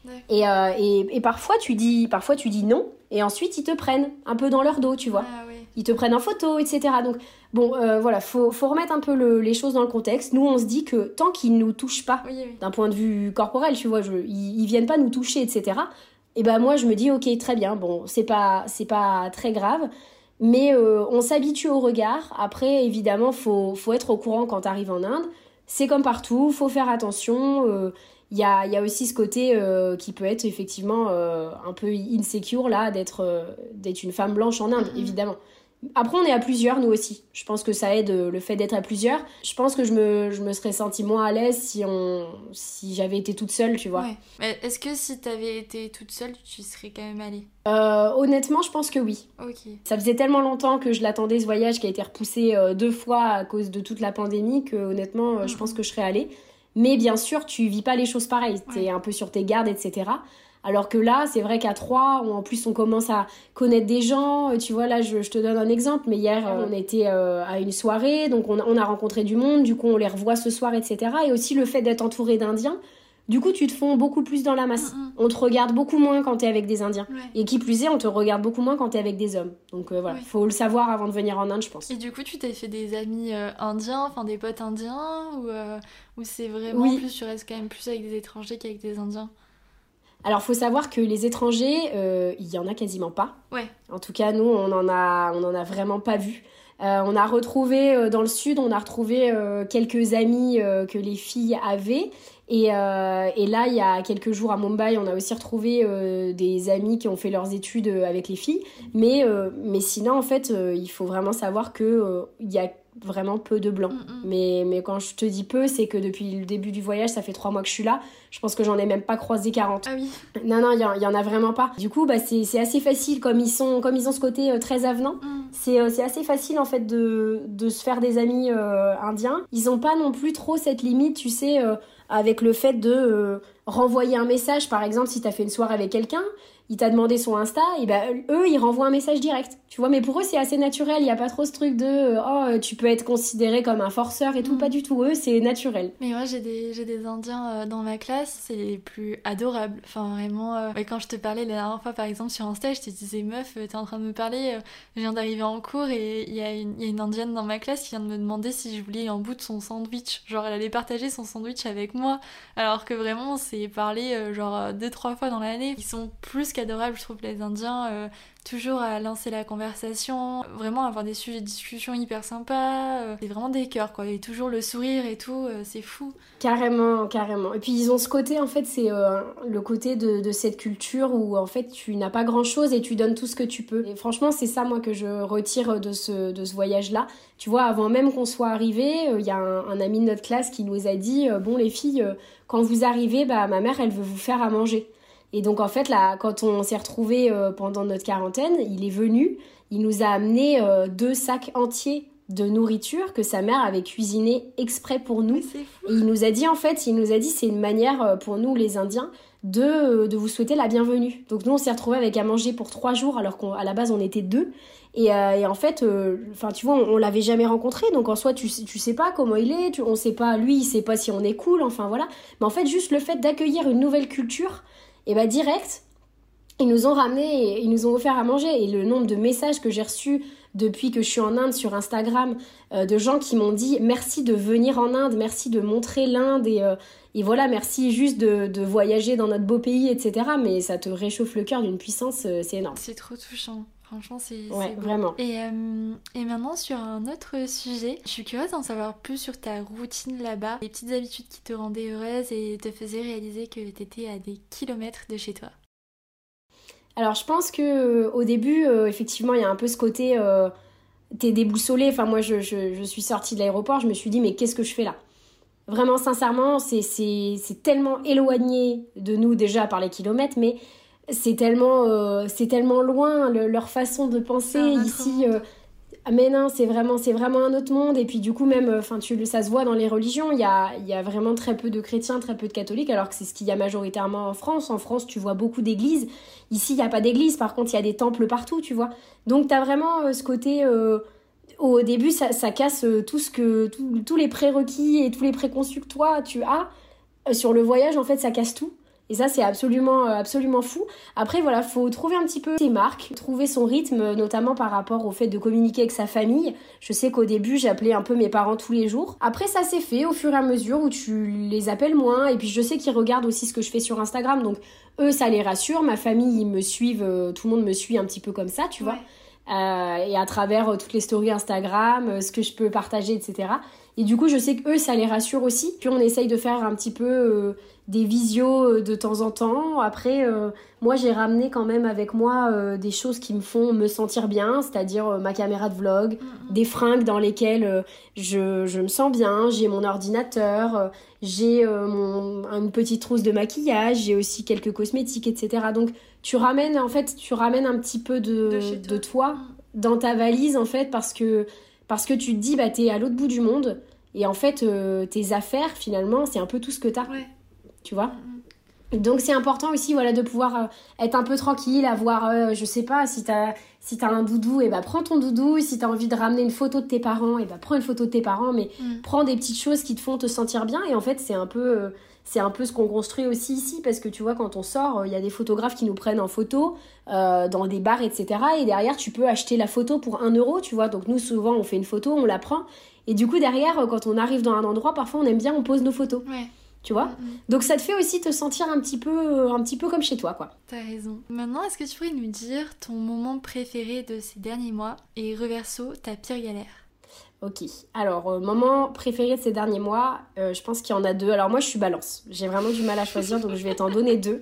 Et parfois tu dis non, et ensuite ils te prennent un peu dans leur dos, tu vois. Ils te prennent en photo, etc. Donc, bon, voilà, faut remettre un peu les choses dans le contexte. Nous, on se dit que tant qu'ils nous touchent pas, d'un point de vue corporel, tu vois, ils viennent pas nous toucher, etc. Et ben moi, je me dis, ok, très bien, bon, c'est pas très grave, mais on s'habitue au regard. Après, évidemment, faut être au courant quand t'arrives en Inde. C'est comme partout, faut faire attention. Il y a aussi ce côté qui peut être effectivement un peu insecure là, d'être une femme blanche en Inde, évidemment. Après, on est à plusieurs, nous aussi. Je pense que ça aide le fait d'être à plusieurs. Je pense que je me serais sentie moins à l'aise si j'avais été toute seule, tu vois. Ouais. Mais est-ce que si t'avais été toute seule, tu y serais quand même allée ? Honnêtement, je pense que oui. Ok. Ça faisait tellement longtemps que je l'attendais, ce voyage, qui a été repoussé 2 fois à cause de toute la pandémie, que honnêtement, je pense que je serais allée. Mais bien sûr, tu vis pas les choses pareilles. T'es un peu sur tes gardes, etc. Alors que là, c'est vrai qu'à 3, en plus on commence à connaître des gens. Tu vois, là, je te donne un exemple. Mais hier, on était à une soirée, donc on a rencontré du monde. Du coup, on les revoit ce soir, etc. Et aussi le fait d'être entouré d'Indiens. Du coup, tu te fonds beaucoup plus dans la masse. On te regarde beaucoup moins quand t'es avec des Indiens. Et qui plus est, on te regarde beaucoup moins quand t'es avec des hommes. Donc voilà, faut le savoir avant de venir en Inde, je pense. Et du coup, tu t'es fait des amis indiens, enfin des potes indiens, ou c'est vraiment plus, tu restes quand même plus avec des étrangers qu'avec des Indiens ? Alors, faut savoir que les étrangers, il y en a quasiment pas. Ouais. En tout cas, nous, on en a vraiment pas vu. On a retrouvé dans le sud, quelques amis que les filles avaient. Et là, il y a quelques jours à Mumbai, on a aussi retrouvé des amis qui ont fait leurs études avec les filles. Mais sinon, en fait, il faut vraiment savoir que il y a vraiment peu de blancs. Mais quand je te dis peu, c'est que depuis le début du voyage, ça fait 3 mois que je suis là. Je pense que j'en ai même pas croisé 40. Ah oui. Non, il y en a vraiment pas. Du coup, c'est assez facile, comme ils ont ce côté très avenant. C'est assez facile, en fait, de se faire des amis indiens. Ils ont pas non plus trop cette limite, tu sais, avec le fait de renvoyer un message. Par exemple, si t'as fait une soirée avec quelqu'un, il t'a demandé son Insta, et ben eux, ils renvoient un message direct. Tu vois, mais pour eux, c'est assez naturel. Il y a pas trop ce truc de tu peux être considéré comme un forceur et tout. Pas du tout. Eux, c'est naturel. Mais moi, j'ai des Indiens dans ma classe, c'est les plus adorables. Enfin, vraiment, quand je te parlais la dernière fois, par exemple, sur Insta, je te disais, meuf, t'es en train de me parler, je viens d'arriver en cours et il y a une Indienne dans ma classe qui vient de me demander si je voulais un bout de son sandwich. Genre, elle allait partager son sandwich avec moi. Alors que vraiment, on s'est parlé, 2-3 fois dans l'année. Ils sont plus qu'adorables, je trouve, les Indiens. toujours à lancer la conversation, vraiment avoir des sujets de discussion hyper sympas. C'est vraiment des cœurs, quoi. Et toujours le sourire et tout, c'est fou. Carrément, carrément. Et puis ils ont ce côté, en fait, c'est le côté de cette culture où en fait tu n'as pas grand-chose et tu donnes tout ce que tu peux. Et franchement, c'est ça, moi, que je retire de ce voyage-là. Tu vois, avant même qu'on soit arrivé, il y a un ami de notre classe qui nous a dit bon, les filles, quand vous arrivez, ma mère, elle veut vous faire à manger. Et donc, en fait, là, quand on s'est retrouvés pendant notre quarantaine, il est venu, il nous a amené 2 sacs entiers de nourriture que sa mère avait cuisiné exprès pour nous. C'est fou. Et il nous a dit c'est une manière pour nous les Indiens de vous souhaiter la bienvenue. Donc nous on s'est retrouvés avec à manger pour 3 jours alors qu'à la base on était 2. Et en fait, tu vois, on l'avait jamais rencontré, donc en soi tu sais pas comment il est, on sait pas, lui il sait pas si on est cool, enfin voilà. Mais en fait juste le fait d'accueillir une nouvelle culture, et direct, ils nous ont ramené, ils nous ont offert à manger. Et le nombre de messages que j'ai reçus depuis que je suis en Inde sur Instagram, de gens qui m'ont dit merci de venir en Inde, merci de montrer l'Inde et voilà, merci juste de voyager dans notre beau pays, etc. Mais ça te réchauffe le cœur d'une puissance, c'est énorme. C'est trop touchant. Franchement, c'est ouais, beau. Vraiment. Et maintenant, sur un autre sujet, je suis curieuse d'en savoir plus sur ta routine là-bas, les petites habitudes qui te rendaient heureuse et te faisaient réaliser que t'étais à des kilomètres de chez toi. Alors, je pense qu'au début, effectivement, il y a un peu ce côté, t'es déboussolé. Enfin, moi, je suis sortie de l'aéroport, je me suis dit, mais qu'est-ce que je fais là ? Vraiment, sincèrement, c'est tellement éloigné de nous déjà par les kilomètres, mais c'est tellement loin, leur façon de penser ici. Mais non, c'est vraiment un autre monde. Et puis du coup, même, ça se voit dans les religions. Il y a vraiment très peu de chrétiens, très peu de catholiques, alors que c'est ce qu'il y a majoritairement en France. En France, tu vois beaucoup d'églises. Ici, il n'y a pas d'église. Par contre, il y a des temples partout, tu vois. Donc, tu as vraiment ce côté... au début, ça casse tous les prérequis et tous les préconçus que toi, tu as. Sur le voyage, en fait, ça casse tout. Et ça, c'est absolument fou. Après, voilà, faut trouver un petit peu ses marques, trouver son rythme, notamment par rapport au fait de communiquer avec sa famille. Je sais qu'au début, j'appelais un peu mes parents tous les jours. Après, ça s'est fait au fur et à mesure où tu les appelles moins. Et puis, je sais qu'ils regardent aussi ce que je fais sur Instagram. Donc, eux, ça les rassure. Ma famille, ils me suivent. Tout le monde me suit un petit peu comme ça, tu vois. Et à travers toutes les stories Instagram, ce que je peux partager, etc. Et du coup, je sais que eux, ça les rassure aussi. Puis on essaye de faire un petit peu des visios de temps en temps. Après, moi, j'ai ramené quand même avec moi des choses qui me font me sentir bien, c'est-à-dire ma caméra de vlog, des fringues dans lesquelles je me sens bien. J'ai mon ordinateur, j'ai une petite trousse de maquillage, j'ai aussi quelques cosmétiques, etc. Donc, tu ramènes un petit peu de toi dans ta valise, en fait, parce que tu te dis, t'es à l'autre bout du monde. Et en fait, tes affaires, finalement, c'est un peu tout ce que t'as. Ouais. Tu vois ? Donc, c'est important aussi, voilà, de pouvoir être un peu tranquille, avoir, je sais pas, si t'as un doudou, prends ton doudou. Si t'as envie de ramener une photo de tes parents, prends une photo de tes parents. Mais prends des petites choses qui te font te sentir bien. Et en fait, c'est un peu ce qu'on construit aussi ici, parce que tu vois, quand on sort, il y a des photographes qui nous prennent en photo dans des bars, etc. Et derrière, tu peux acheter la photo pour 1 euro, tu vois. Donc nous, souvent, on fait une photo, on la prend. Et du coup, derrière, quand on arrive dans un endroit, parfois, on aime bien, on pose nos photos. Ouais. Tu vois ? Donc ça te fait aussi te sentir un petit peu comme chez toi, quoi. T'as raison. Maintenant, est-ce que tu pourrais nous dire ton moment préféré de ces derniers mois et reverso, ta pire galère ? Ok, alors moment préféré de ces derniers mois, je pense qu'il y en a 2. Alors moi je suis balance, j'ai vraiment du mal à choisir, donc je vais t'en donner 2.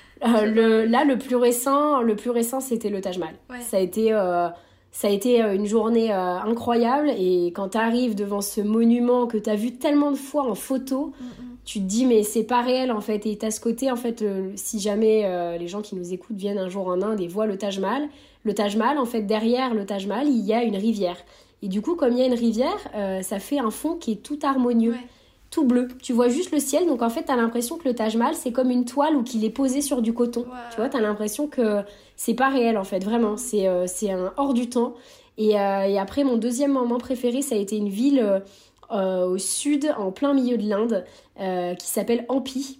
Le plus récent c'était le Taj Mahal. Ouais. Ça a été une journée incroyable, et quand t'arrives devant ce monument que t'as vu tellement de fois en photo, tu te dis mais c'est pas réel en fait. Et t'as ce côté en fait, si jamais les gens qui nous écoutent viennent un jour en Inde et voient le Taj Mahal, en fait derrière le Taj Mahal il y a une rivière. Et du coup, comme il y a une rivière, ça fait un fond qui est tout harmonieux, tout bleu. Tu vois juste le ciel, donc en fait, t'as l'impression que le Taj Mahal, c'est comme une toile ou qu'il est posé sur du coton. Wow. Tu vois, t'as l'impression que c'est pas réel, en fait, vraiment. C'est un hors du temps. Et après, mon deuxième moment préféré, ça a été une ville au sud, en plein milieu de l'Inde, qui s'appelle Hampi.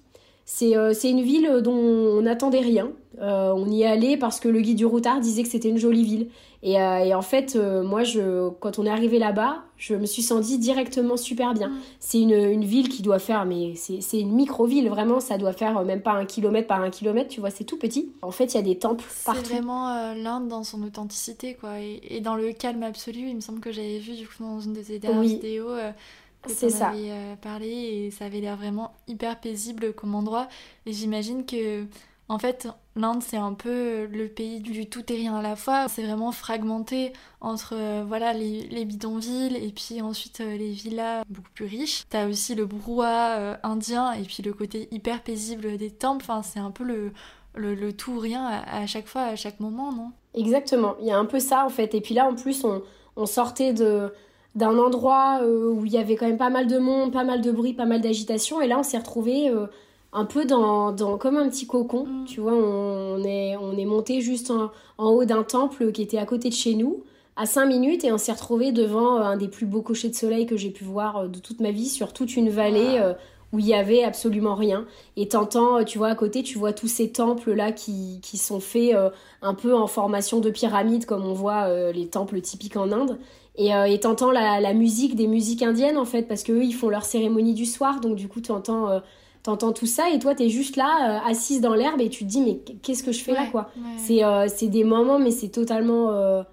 C'est une ville dont on n'attendait rien. On y est allé parce que le guide du routard disait que c'était une jolie ville. Et en fait, moi, quand on est arrivé là-bas, je me suis sentie directement super bien. C'est une ville qui doit faire, mais c'est une micro-ville, vraiment, ça doit faire même pas 1 kilomètre par 1 kilomètre, tu vois, c'est tout petit. En fait, il y a des temples partout. C'est vraiment l'Inde dans son authenticité, quoi. Et dans le calme absolu, il me semble que j'avais vu, du coup, dans une de tes dernières vidéos... c'est ça. Avait parlé et ça avait l'air vraiment hyper paisible comme endroit. Et j'imagine que, en fait, l'Inde, c'est un peu le pays du tout et rien à la fois. C'est vraiment fragmenté entre voilà, les bidonvilles et puis ensuite les villas beaucoup plus riches. T'as aussi le brouhaha indien et puis le côté hyper paisible des temples. Enfin, c'est un peu le tout ou rien à chaque fois, à chaque moment, non? Exactement, il y a un peu ça en fait. Et puis là, en plus, on sortait d'un endroit où il y avait quand même pas mal de monde, pas mal de bruit, pas mal d'agitation. Et là, on s'est retrouvés un peu dans comme un petit cocon. Tu vois, on est monté juste en haut d'un temple qui était à côté de chez nous, à 5 minutes. Et on s'est retrouvés devant un des plus beaux couchers de soleil que j'ai pu voir de toute ma vie, sur toute une vallée où il y avait absolument rien. Et t'entends, tu vois, à côté, tu vois tous ces temples-là qui sont faits un peu en formation de pyramide, comme on voit les temples typiques en Inde. Et t'entends la musique des musiques indiennes, en fait, parce qu'eux, ils font leur cérémonie du soir, donc du coup, t'entends tout ça, et toi, t'es juste là, assise dans l'herbe, et tu te dis, mais qu'est-ce que je fais là, quoi? C'est des moments, mais c'est totalement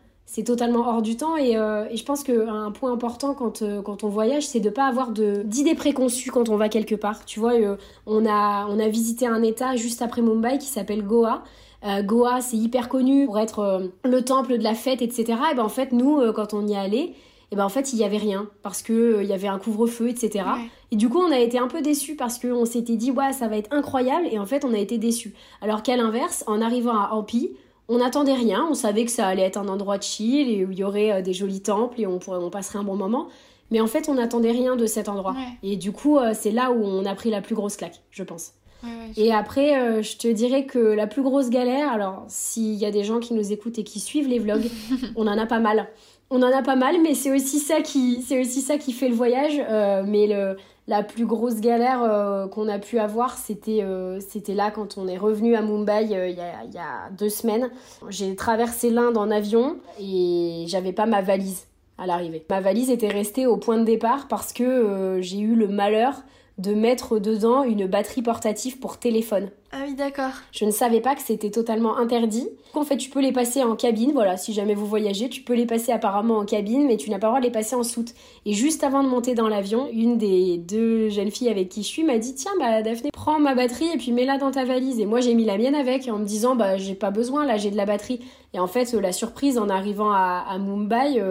hors du temps, et je pense qu'un point important quand on voyage, c'est de pas avoir d'idées préconçues quand on va quelque part. Tu vois, on a visité un état juste après Mumbai qui s'appelle Goa. Goa, c'est hyper connu pour être le temple de la fête, etc. Et ben en fait, nous, quand on y est allé, et ben en fait, il y avait rien parce que il y avait un couvre-feu, etc. Ouais. Et du coup, on a été un peu déçus parce qu'on s'était dit, ouais, ça va être incroyable. Et en fait, on a été déçus. Alors qu'à l'inverse, en arrivant à Hampi, on n'attendait rien. On savait que ça allait être un endroit chill et où il y aurait des jolis temples et on passerait un bon moment. Mais en fait, on n'attendait rien de cet endroit. Ouais. Et du coup, c'est là où on a pris la plus grosse claque, je pense. Et après, je te dirais que la plus grosse galère, alors s'il y a des gens qui nous écoutent et qui suivent les vlogs, on en a pas mal. On en a pas mal, mais c'est aussi ça qui fait le voyage. Mais la plus grosse galère qu'on a pu avoir, c'était là quand on est revenu à Mumbai il y a 2 semaines. J'ai traversé l'Inde en avion et j'avais pas ma valise à l'arrivée. Ma valise était restée au point de départ parce que j'ai eu le malheur de mettre dedans une batterie portative pour téléphone. Ah oui, d'accord. Je ne savais pas que c'était totalement interdit. En fait, tu peux les passer en cabine, voilà, si jamais vous voyagez, tu peux les passer apparemment en cabine, mais tu n'as pas le droit de les passer en soute. Et juste avant de monter dans l'avion, une des 2 jeunes filles avec qui je suis m'a dit « Tiens, Daphné, prends ma batterie et puis mets-la dans ta valise. » Et moi, j'ai mis la mienne avec en me disant « j'ai pas besoin, là, j'ai de la batterie. » Et en fait, la surprise en arrivant à Mumbai,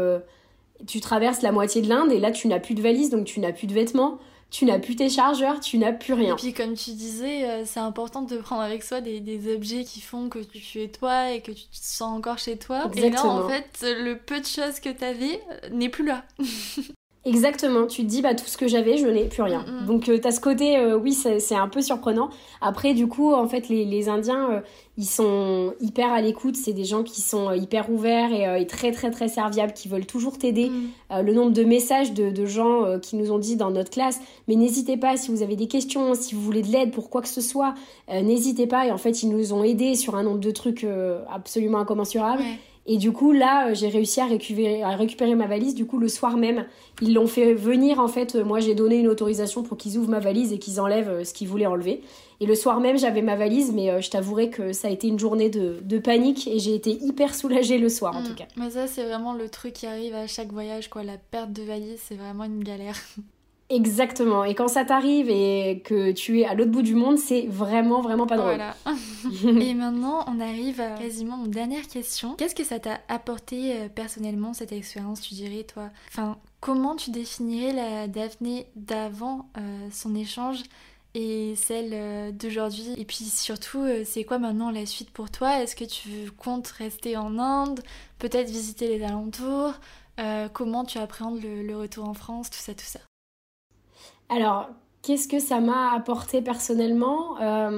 tu traverses la moitié de l'Inde et là, tu n'as plus de valise, donc tu n'as plus de vêtements. Tu n'as plus tes chargeurs, tu n'as plus rien. Et puis comme tu disais, c'est important de prendre avec soi des objets qui font que tu es toi et que tu te sens encore chez toi. Exactement. Et là, en fait, le peu de choses que t'avais n'est plus là. Exactement, tu te dis tout ce que j'avais, je n'ai plus rien. Donc t'as ce côté, oui, c'est un peu surprenant. Après, du coup, en fait, les Indiens, ils sont hyper à l'écoute. C'est des gens qui sont hyper ouverts et très très très serviables, qui veulent toujours t'aider. Le nombre de messages de gens qui nous ont dit dans notre classe, mais n'hésitez pas si vous avez des questions, si vous voulez de l'aide pour quoi que ce soit, n'hésitez pas. Et en fait, ils nous ont aidés sur un nombre de trucs absolument incommensurables. Ouais. Et du coup, là, j'ai réussi à récupérer ma valise. Du coup, le soir même, ils l'ont fait venir. En fait, moi, j'ai donné une autorisation pour qu'ils ouvrent ma valise et qu'ils enlèvent ce qu'ils voulaient enlever. Et le soir même, j'avais ma valise, mais je t'avouerai que ça a été une journée de panique et j'ai été hyper soulagée le soir, en tout cas. Mais ça, c'est vraiment le truc qui arrive à chaque voyage, quoi. La perte de valise, c'est vraiment une galère. Exactement. Et quand ça t'arrive et que tu es à l'autre bout du monde, c'est vraiment, vraiment pas drôle. Voilà. Et maintenant, on arrive à quasiment mon dernière question. Qu'est-ce que ça t'a apporté personnellement, cette expérience, tu dirais, toi? Enfin, comment tu définirais la Daphné d'avant son échange et celle d'aujourd'hui? Et puis surtout, c'est quoi maintenant la suite pour toi? Est-ce que tu comptes rester en Inde? Peut-être visiter les alentours? Comment tu appréhendes le retour en France? Tout ça, tout ça. Alors, qu'est-ce que ça m'a apporté personnellement?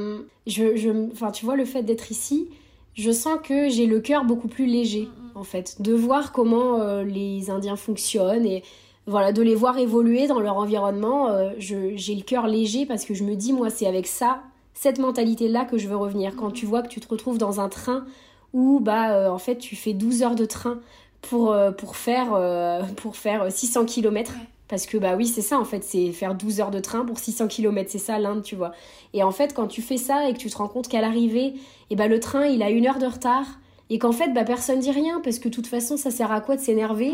Enfin, tu vois, le fait d'être ici, je sens que j'ai le cœur beaucoup plus léger, en fait. De voir comment les Indiens fonctionnent et voilà, de les voir évoluer dans leur environnement, j'ai le cœur léger parce que je me dis, moi, c'est avec ça cette mentalité-là que je veux revenir. Quand tu vois que tu te retrouves dans un train où en fait tu fais 12 heures de train pour faire 600 km. Ouais. Parce que oui, c'est ça en fait, c'est faire 12 heures de train pour 600 km, c'est ça l'Inde, tu vois. Et en fait, quand tu fais ça et que tu te rends compte qu'à l'arrivée, le train il a 1 heure de retard et qu'en fait personne dit rien parce que de toute façon ça sert à quoi de s'énerver.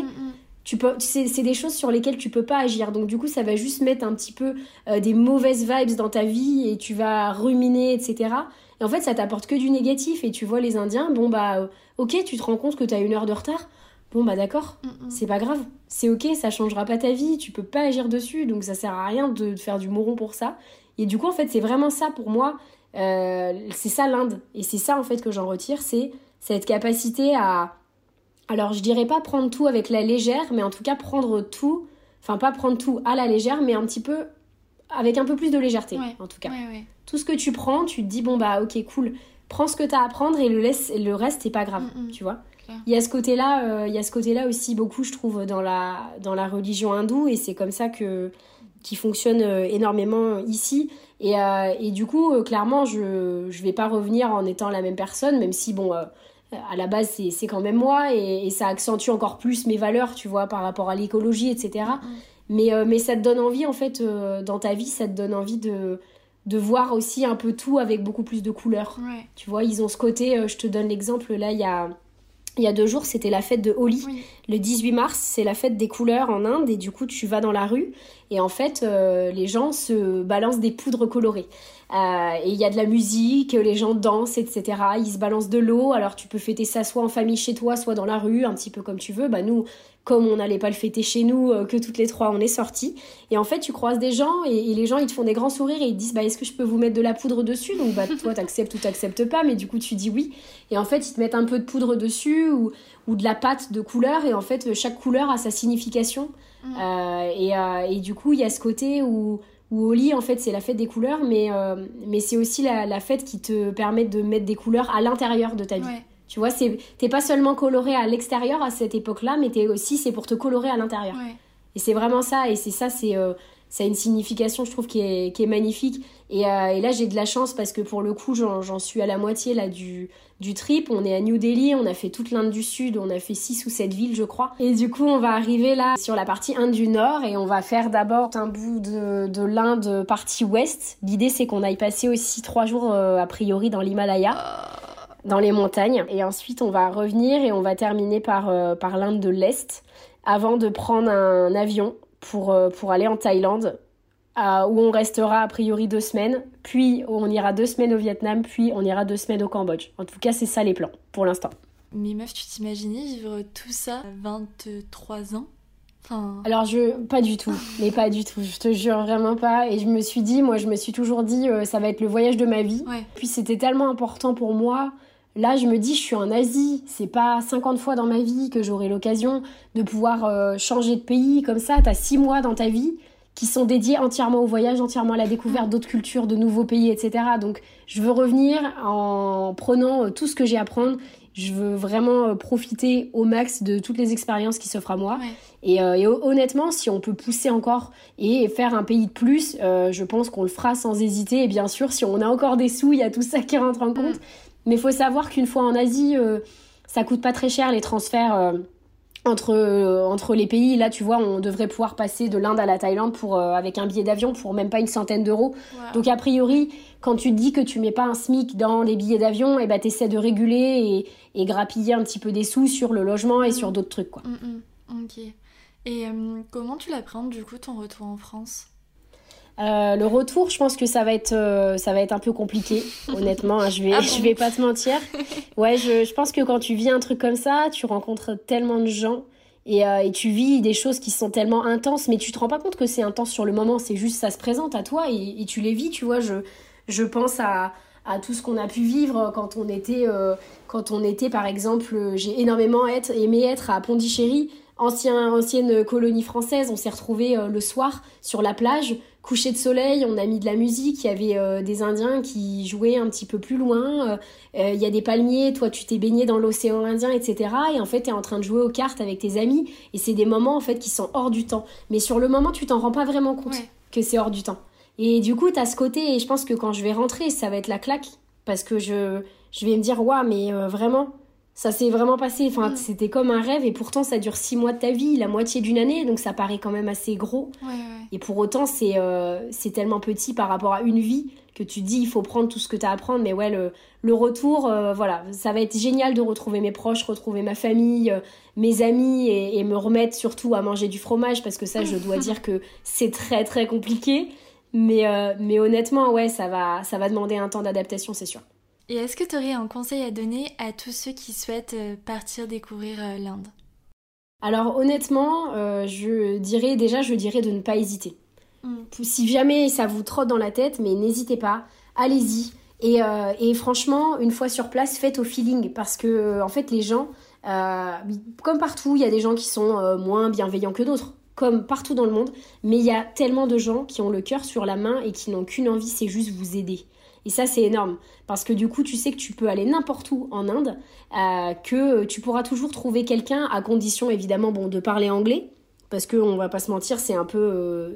C'est des choses sur lesquelles tu peux pas agir, donc du coup ça va juste mettre un petit peu des mauvaises vibes dans ta vie et tu vas ruminer, etc. Et en fait ça t'apporte que du négatif. Et tu vois les Indiens, ok, tu te rends compte que t'as 1 heure de retard, d'accord, c'est pas grave, c'est ok, ça changera pas ta vie, tu peux pas agir dessus, donc ça sert à rien de faire du mouron pour ça. Et du coup en fait c'est vraiment ça pour moi, c'est ça l'Inde, et c'est ça en fait que j'en retire, c'est cette capacité à, alors je dirais pas prendre tout avec la légère, mais en tout cas prendre tout, enfin pas prendre tout à la légère, mais un petit peu avec un peu plus de légèreté, en tout cas. Ouais. Tout ce que tu prends, tu te dis ok cool, prends ce que t'as à prendre et le reste c'est pas grave, tu vois. Il y a ce côté-là aussi beaucoup, je trouve, dans la religion hindoue, et c'est comme ça qui fonctionne énormément ici. Et du coup, clairement, je vais pas revenir en étant la même personne, même si à la base c'est quand même moi, et ça accentue encore plus mes valeurs, tu vois, par rapport à l'écologie, etc. Mais ça te donne envie en fait, dans ta vie, ça te donne envie de voir aussi un peu tout avec beaucoup plus de couleurs. Ouais. Tu vois, ils ont ce côté, je te donne l'exemple, là il y a 2 jours, c'était la fête de Holi. Oui. Le 18 mars, c'est la fête des couleurs en Inde, et du coup, tu vas dans la rue et en fait, les gens se balancent des poudres colorées. Et il y a de la musique, les gens dansent, etc. Ils se balancent de l'eau, alors tu peux fêter ça soit en famille chez toi, soit dans la rue, un petit peu comme tu veux. Nous, comme on n'allait pas le fêter chez nous, que toutes les 3, on est sortis. Et en fait, tu croises des gens, et les gens, ils te font des grands sourires, et ils te disent, est-ce que je peux vous mettre de la poudre dessus ? Donc, toi, t'acceptes ou t'acceptes pas, mais du coup, tu dis oui. Et en fait, ils te mettent un peu de poudre dessus, ou de la pâte de couleur, et en fait, chaque couleur a sa signification. Et du coup, il y a ce côté où Holi, en fait, c'est la fête des couleurs, mais c'est aussi la fête qui te permet de mettre des couleurs à l'intérieur de ta vie. Ouais. Tu vois, t'es pas seulement coloré à l'extérieur à cette époque-là, mais c'est pour te colorer à l'intérieur. Ouais. Et c'est vraiment ça, et c'est ça, ça a une signification, je trouve, qui est magnifique. Et là, j'ai de la chance parce que pour le coup, j'en suis à la moitié là du trip. On est à New Delhi, on a fait toute l'Inde du Sud, on a fait 6 ou 7 villes, je crois. Et du coup, on va arriver là sur la partie Inde du Nord, et on va faire d'abord un bout de l'Inde partie ouest. L'idée, c'est qu'on aille passer aussi 3 jours, a priori, dans l'Himalaya, dans les montagnes. Et ensuite, on va revenir et on va terminer par l'Inde de l'Est, avant de prendre un avion pour aller en Thaïlande, où on restera a priori 2 semaines, puis on ira 2 semaines au Vietnam, puis on ira 2 semaines au Cambodge. En tout cas, c'est ça les plans, pour l'instant. Mais meuf, tu t'imaginais vivre tout ça à 23 ans ? Alors, pas du tout, mais pas du tout, je te jure, vraiment pas. Et je me suis toujours dit, ça va être le voyage de ma vie. Ouais. Puis c'était tellement important pour moi. Là, je me dis, je suis en Asie, c'est pas 50 fois dans ma vie que j'aurai l'occasion de pouvoir changer de pays comme ça. T'as 6 mois dans ta vie qui sont dédiés entièrement au voyage, entièrement à la découverte d'autres cultures, de nouveaux pays, etc. Donc, je veux revenir en prenant tout ce que j'ai à prendre. Je veux vraiment profiter au max de toutes les expériences qui s'offrent à moi. Ouais. Et honnêtement, si on peut pousser encore et faire un pays de plus, je pense qu'on le fera sans hésiter. Et bien sûr, si on a encore des sous, il y a tout ça qui rentre en compte. Mais il faut savoir qu'une fois en Asie, ça coûte pas très cher les transferts entre les pays. Là, tu vois, on devrait pouvoir passer de l'Inde à la Thaïlande avec un billet d'avion pour même pas une centaine d'euros. Wow. Donc, a priori, quand tu te dis que tu mets pas un SMIC dans les billets d'avion, t'essaies de réguler et grappiller un petit peu des sous sur le logement et sur d'autres trucs, quoi. Ok. Et comment tu l'appréhendes, du coup, ton retour en France ? Le retour, je pense que ça va être un peu compliqué, honnêtement, hein, je vais pas te mentir. Ouais, je pense que quand tu vis un truc comme ça, tu rencontres tellement de gens et tu vis des choses qui sont tellement intenses, mais tu te rends pas compte que c'est intense sur le moment, c'est juste ça se présente à toi et tu les vis, tu vois. Je pense à tout ce qu'on a pu vivre quand on était par exemple, j'ai énormément aimé être à Pondichéry, ancienne colonie française. On s'est retrouvés le soir sur la plage, coucher de soleil, on a mis de la musique, il y avait des Indiens qui jouaient un petit peu plus loin, il y a des palmiers, toi tu t'es baigné dans l'océan Indien, etc. Et en fait t'es en train de jouer aux cartes avec tes amis, et c'est des moments en fait qui sont hors du temps. Mais sur le moment tu t'en rends pas vraiment compte que c'est hors du temps. Et du coup, t'as ce côté, et je pense que quand je vais rentrer, ça va être la claque, parce que je vais me dire, waouh, mais vraiment, ça s'est vraiment passé, enfin, c'était comme un rêve, et pourtant ça dure 6 mois de ta vie, la moitié d'une année, donc ça paraît quand même assez gros. Ouais. Et pour autant, c'est tellement petit par rapport à une vie que tu te dis, il faut prendre tout ce que t'as à prendre, mais ouais, le retour, voilà, ça va être génial de retrouver mes proches, retrouver ma famille, mes amis, et me remettre surtout à manger du fromage, parce que ça, je dois dire que c'est très très compliqué. Mais honnêtement, ouais, ça va demander un temps d'adaptation, c'est sûr. Et est-ce que tu aurais un conseil à donner à tous ceux qui souhaitent partir découvrir l'Inde ? Alors honnêtement, je dirais de ne pas hésiter. Si jamais ça vous trotte dans la tête, mais n'hésitez pas, allez-y. Et franchement, une fois sur place, faites au feeling, parce que en fait, les gens, comme partout, il y a des gens qui sont moins bienveillants que d'autres, comme partout dans le monde, mais il y a tellement de gens qui ont le cœur sur la main et qui n'ont qu'une envie, c'est juste vous aider. Et ça, c'est énorme, parce que du coup, tu sais que tu peux aller n'importe où en Inde, que tu pourras toujours trouver quelqu'un, à condition évidemment de parler anglais, parce qu'on va pas se mentir, c'est un peu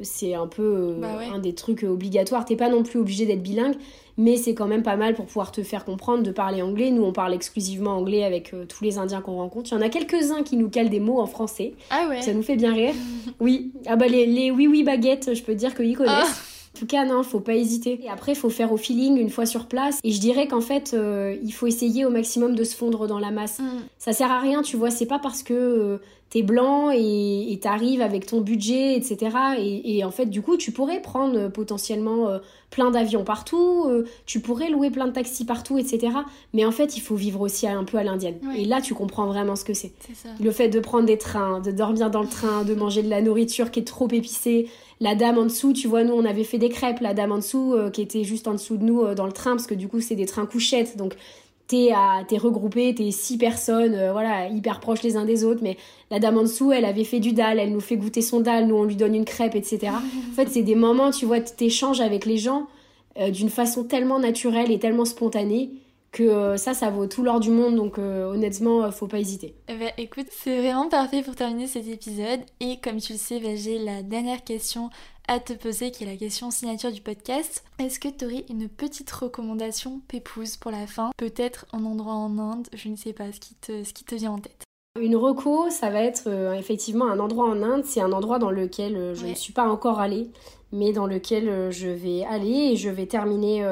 un des trucs obligatoires. T'es pas non plus obligé d'être bilingue, mais c'est quand même pas mal pour pouvoir te faire comprendre de parler anglais. Nous, on parle exclusivement anglais avec tous les Indiens qu'on rencontre. Il y en a quelques-uns qui nous calent des mots en français. Ah ouais. Ça nous fait bien rire. Oui. Ah bah les oui baguettes, je peux te dire qu'ils connaissent. En tout cas, non, faut pas hésiter. Et après, faut faire au feeling une fois sur place. Et je dirais qu'en fait, il faut essayer au maximum de se fondre dans la masse. Ça sert à rien, tu vois, c'est pas parce que t'es blanc et t'arrives avec ton budget, etc. Et en fait, du coup, tu pourrais prendre potentiellement plein d'avions partout, tu pourrais louer plein de taxis partout, etc. Mais en fait, il faut vivre aussi un peu à l'indienne. Ouais. Et là, tu comprends vraiment ce que c'est. C'est ça. Le fait de prendre des trains, de dormir dans le train, de manger de la nourriture qui est trop épicée. La dame en dessous, tu vois, nous, on avait fait des crêpes. La dame en dessous, qui était juste en dessous de nous dans le train, parce que du coup, c'est des trains couchettes. Donc, t'es regroupé, t'es 6 personnes, voilà, hyper proches les uns des autres. Mais la dame en dessous, elle avait fait du dal, elle nous fait goûter son dal, nous, on lui donne une crêpe, etc. En fait, c'est des moments, tu vois, t'échanges avec les gens d'une façon tellement naturelle et tellement spontanée que ça vaut tout l'or du monde, donc honnêtement, faut pas hésiter. Écoute, c'est vraiment parfait pour terminer cet épisode, et comme tu le sais, j'ai la dernière question à te poser, qui est la question signature du podcast. Est-ce que tu aurais une petite recommandation pépouze pour la fin ? Peut-être un endroit en Inde, je ne sais pas, ce qui te vient en tête. Une reco, ça va être effectivement un endroit en Inde. C'est un endroit dans lequel je ne suis pas encore allée, mais dans lequel je vais aller, et je vais terminer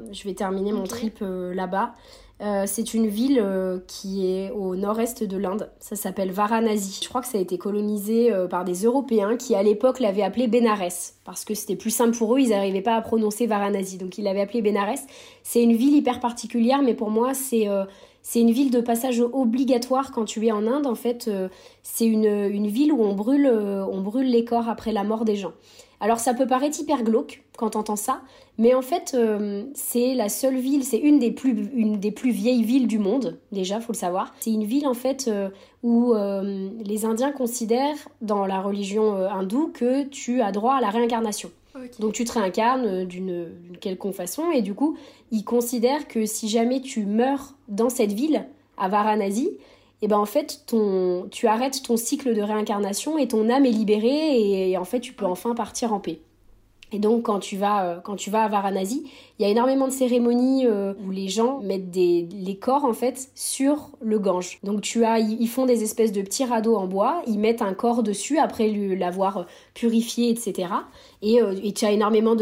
mon trip là-bas. C'est une ville qui est au nord-est de l'Inde. Ça s'appelle Varanasi. Je crois que ça a été colonisé par des Européens qui à l'époque l'avaient appelé Bénarès, parce que c'était plus simple pour eux, ils n'arrivaient pas à prononcer Varanasi, donc ils l'avaient appelé Bénarès. C'est une ville hyper particulière, mais pour moi c'est une ville de passage obligatoire quand tu es en Inde. En fait, c'est une ville où on brûle les corps après la mort des gens. Alors ça peut paraître hyper glauque quand t'entends ça, mais en fait c'est la seule ville, c'est une des plus vieilles villes du monde, déjà, faut le savoir. C'est une ville en fait où les Indiens considèrent dans la religion hindoue que tu as droit à la réincarnation. Okay. Donc tu te réincarnes d'une quelconque façon, et du coup ils considèrent que si jamais tu meurs dans cette ville, à Varanasi, et ben en fait tu arrêtes ton cycle de réincarnation et ton âme est libérée, et en fait tu peux enfin partir en paix. Et donc quand tu vas à Varanasi, il y a énormément de cérémonies où les gens mettent les corps en fait sur le Gange. Donc ils font des espèces de petits radeaux en bois, ils mettent un corps dessus après l'avoir purifié, etc. Et tu as énormément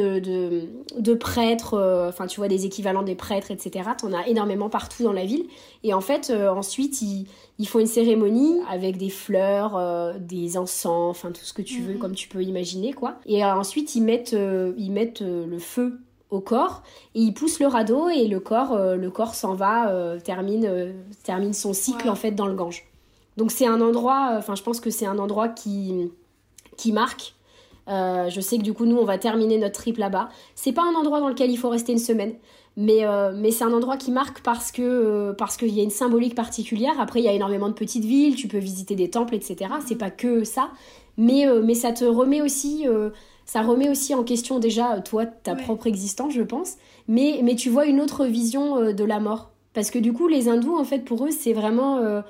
de prêtres, enfin tu vois des équivalents des prêtres, etc. T'en as énormément partout dans la ville. Et en fait ensuite ils font une cérémonie avec des fleurs, des encens, enfin tout ce que tu veux, comme tu peux imaginer quoi. Et ensuite ils mettent le feu au corps et ils poussent le radeau, et le corps s'en va, termine son cycle en fait dans le Gange. Donc c'est un endroit, je pense que c'est un endroit qui marque. Je sais que du coup nous on va terminer notre trip là-bas. C'est pas un endroit dans lequel il faut rester une semaine, mais c'est un endroit qui marque parce qu'il y a une symbolique particulière. Après il y a énormément de petites villes, tu peux visiter des temples, etc. C'est pas que ça, mais ça te remet aussi ça remet aussi en question déjà toi ta propre existence, je pense, mais tu vois une autre vision de la mort, parce que du coup les hindous en fait pour eux c'est vraiment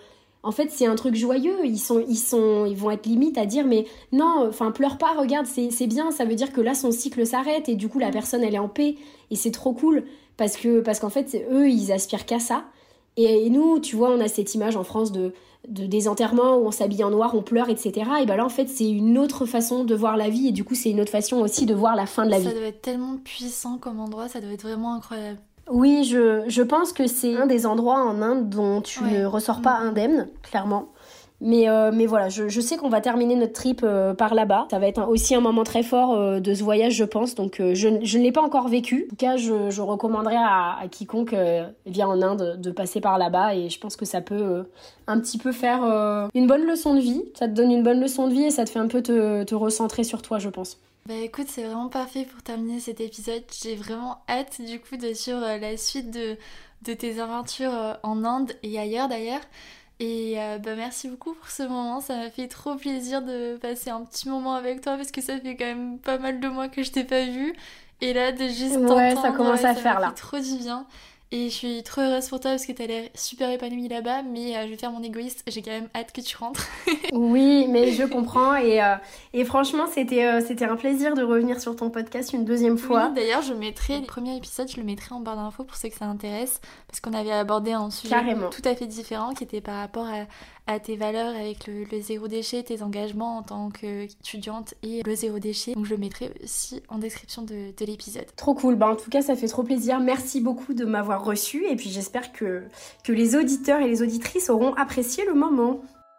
en fait c'est un truc joyeux, ils vont être limite à dire mais non, enfin pleure pas, regarde, c'est bien, ça veut dire que là son cycle s'arrête et du coup la personne elle est en paix et c'est trop cool parce qu'en fait eux ils aspirent qu'à ça. Et nous, tu vois, on a cette image en France des enterrements où on s'habille en noir, on pleure, etc. Et ben là, en fait, c'est une autre façon de voir la vie et du coup, c'est une autre façon aussi de voir la fin de la vie. Ça doit être tellement puissant comme endroit, ça doit être vraiment incroyable. Oui, je pense que c'est un des endroits en Inde dont tu ne ressors pas indemne, clairement. Mais voilà, je sais qu'on va terminer notre trip par là-bas. Ça va être aussi un moment très fort de ce voyage, je pense. Donc, je ne l'ai pas encore vécu. En tout cas, je recommanderais à quiconque vient en Inde de passer par là-bas. Et je pense que ça peut un petit peu faire une bonne leçon de vie. Ça te donne une bonne leçon de vie et ça te fait un peu te recentrer sur toi, je pense. Bah écoute, c'est vraiment parfait pour terminer cet épisode. J'ai vraiment hâte du coup de suivre la suite de tes aventures en Inde et ailleurs d'ailleurs. Et merci beaucoup pour ce moment, ça m'a fait trop plaisir de passer un petit moment avec toi parce que ça fait quand même pas mal de mois que je t'ai pas vu. Et là, de juste t'entendre, ça commence à faire là. Ça m'a fait trop du bien. Et je suis trop heureuse pour toi parce que t'as l'air super épanouie là-bas, mais je vais faire mon égoïste, j'ai quand même hâte que tu rentres. Oui, mais je comprends et franchement, c'était un plaisir de revenir sur ton podcast une deuxième fois. Oui, d'ailleurs, je mettrai le premier épisode, je le mettrai en barre d'infos pour ceux que ça intéresse, parce qu'on avait abordé un sujet tout à fait différent qui était par rapport à tes valeurs avec le zéro déchet, tes engagements en tant qu'étudiante et le zéro déchet. Donc je le mettrai aussi en description de l'épisode. Trop cool, en tout cas ça fait trop plaisir. Merci beaucoup de m'avoir reçu et puis j'espère que les auditeurs et les auditrices auront apprécié le moment.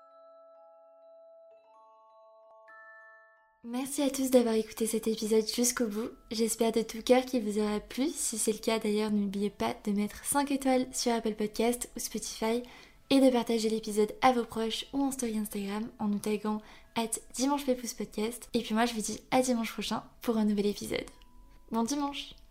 Merci à tous d'avoir écouté cet épisode jusqu'au bout. J'espère de tout cœur qu'il vous aura plu. Si c'est le cas d'ailleurs, n'oubliez pas de mettre 5 étoiles sur Apple Podcast ou Spotify et de partager l'épisode à vos proches ou en story Instagram en nous taguant @dimanchepépouspodcast. Et puis moi je vous dis à dimanche prochain pour un nouvel épisode. Bon dimanche!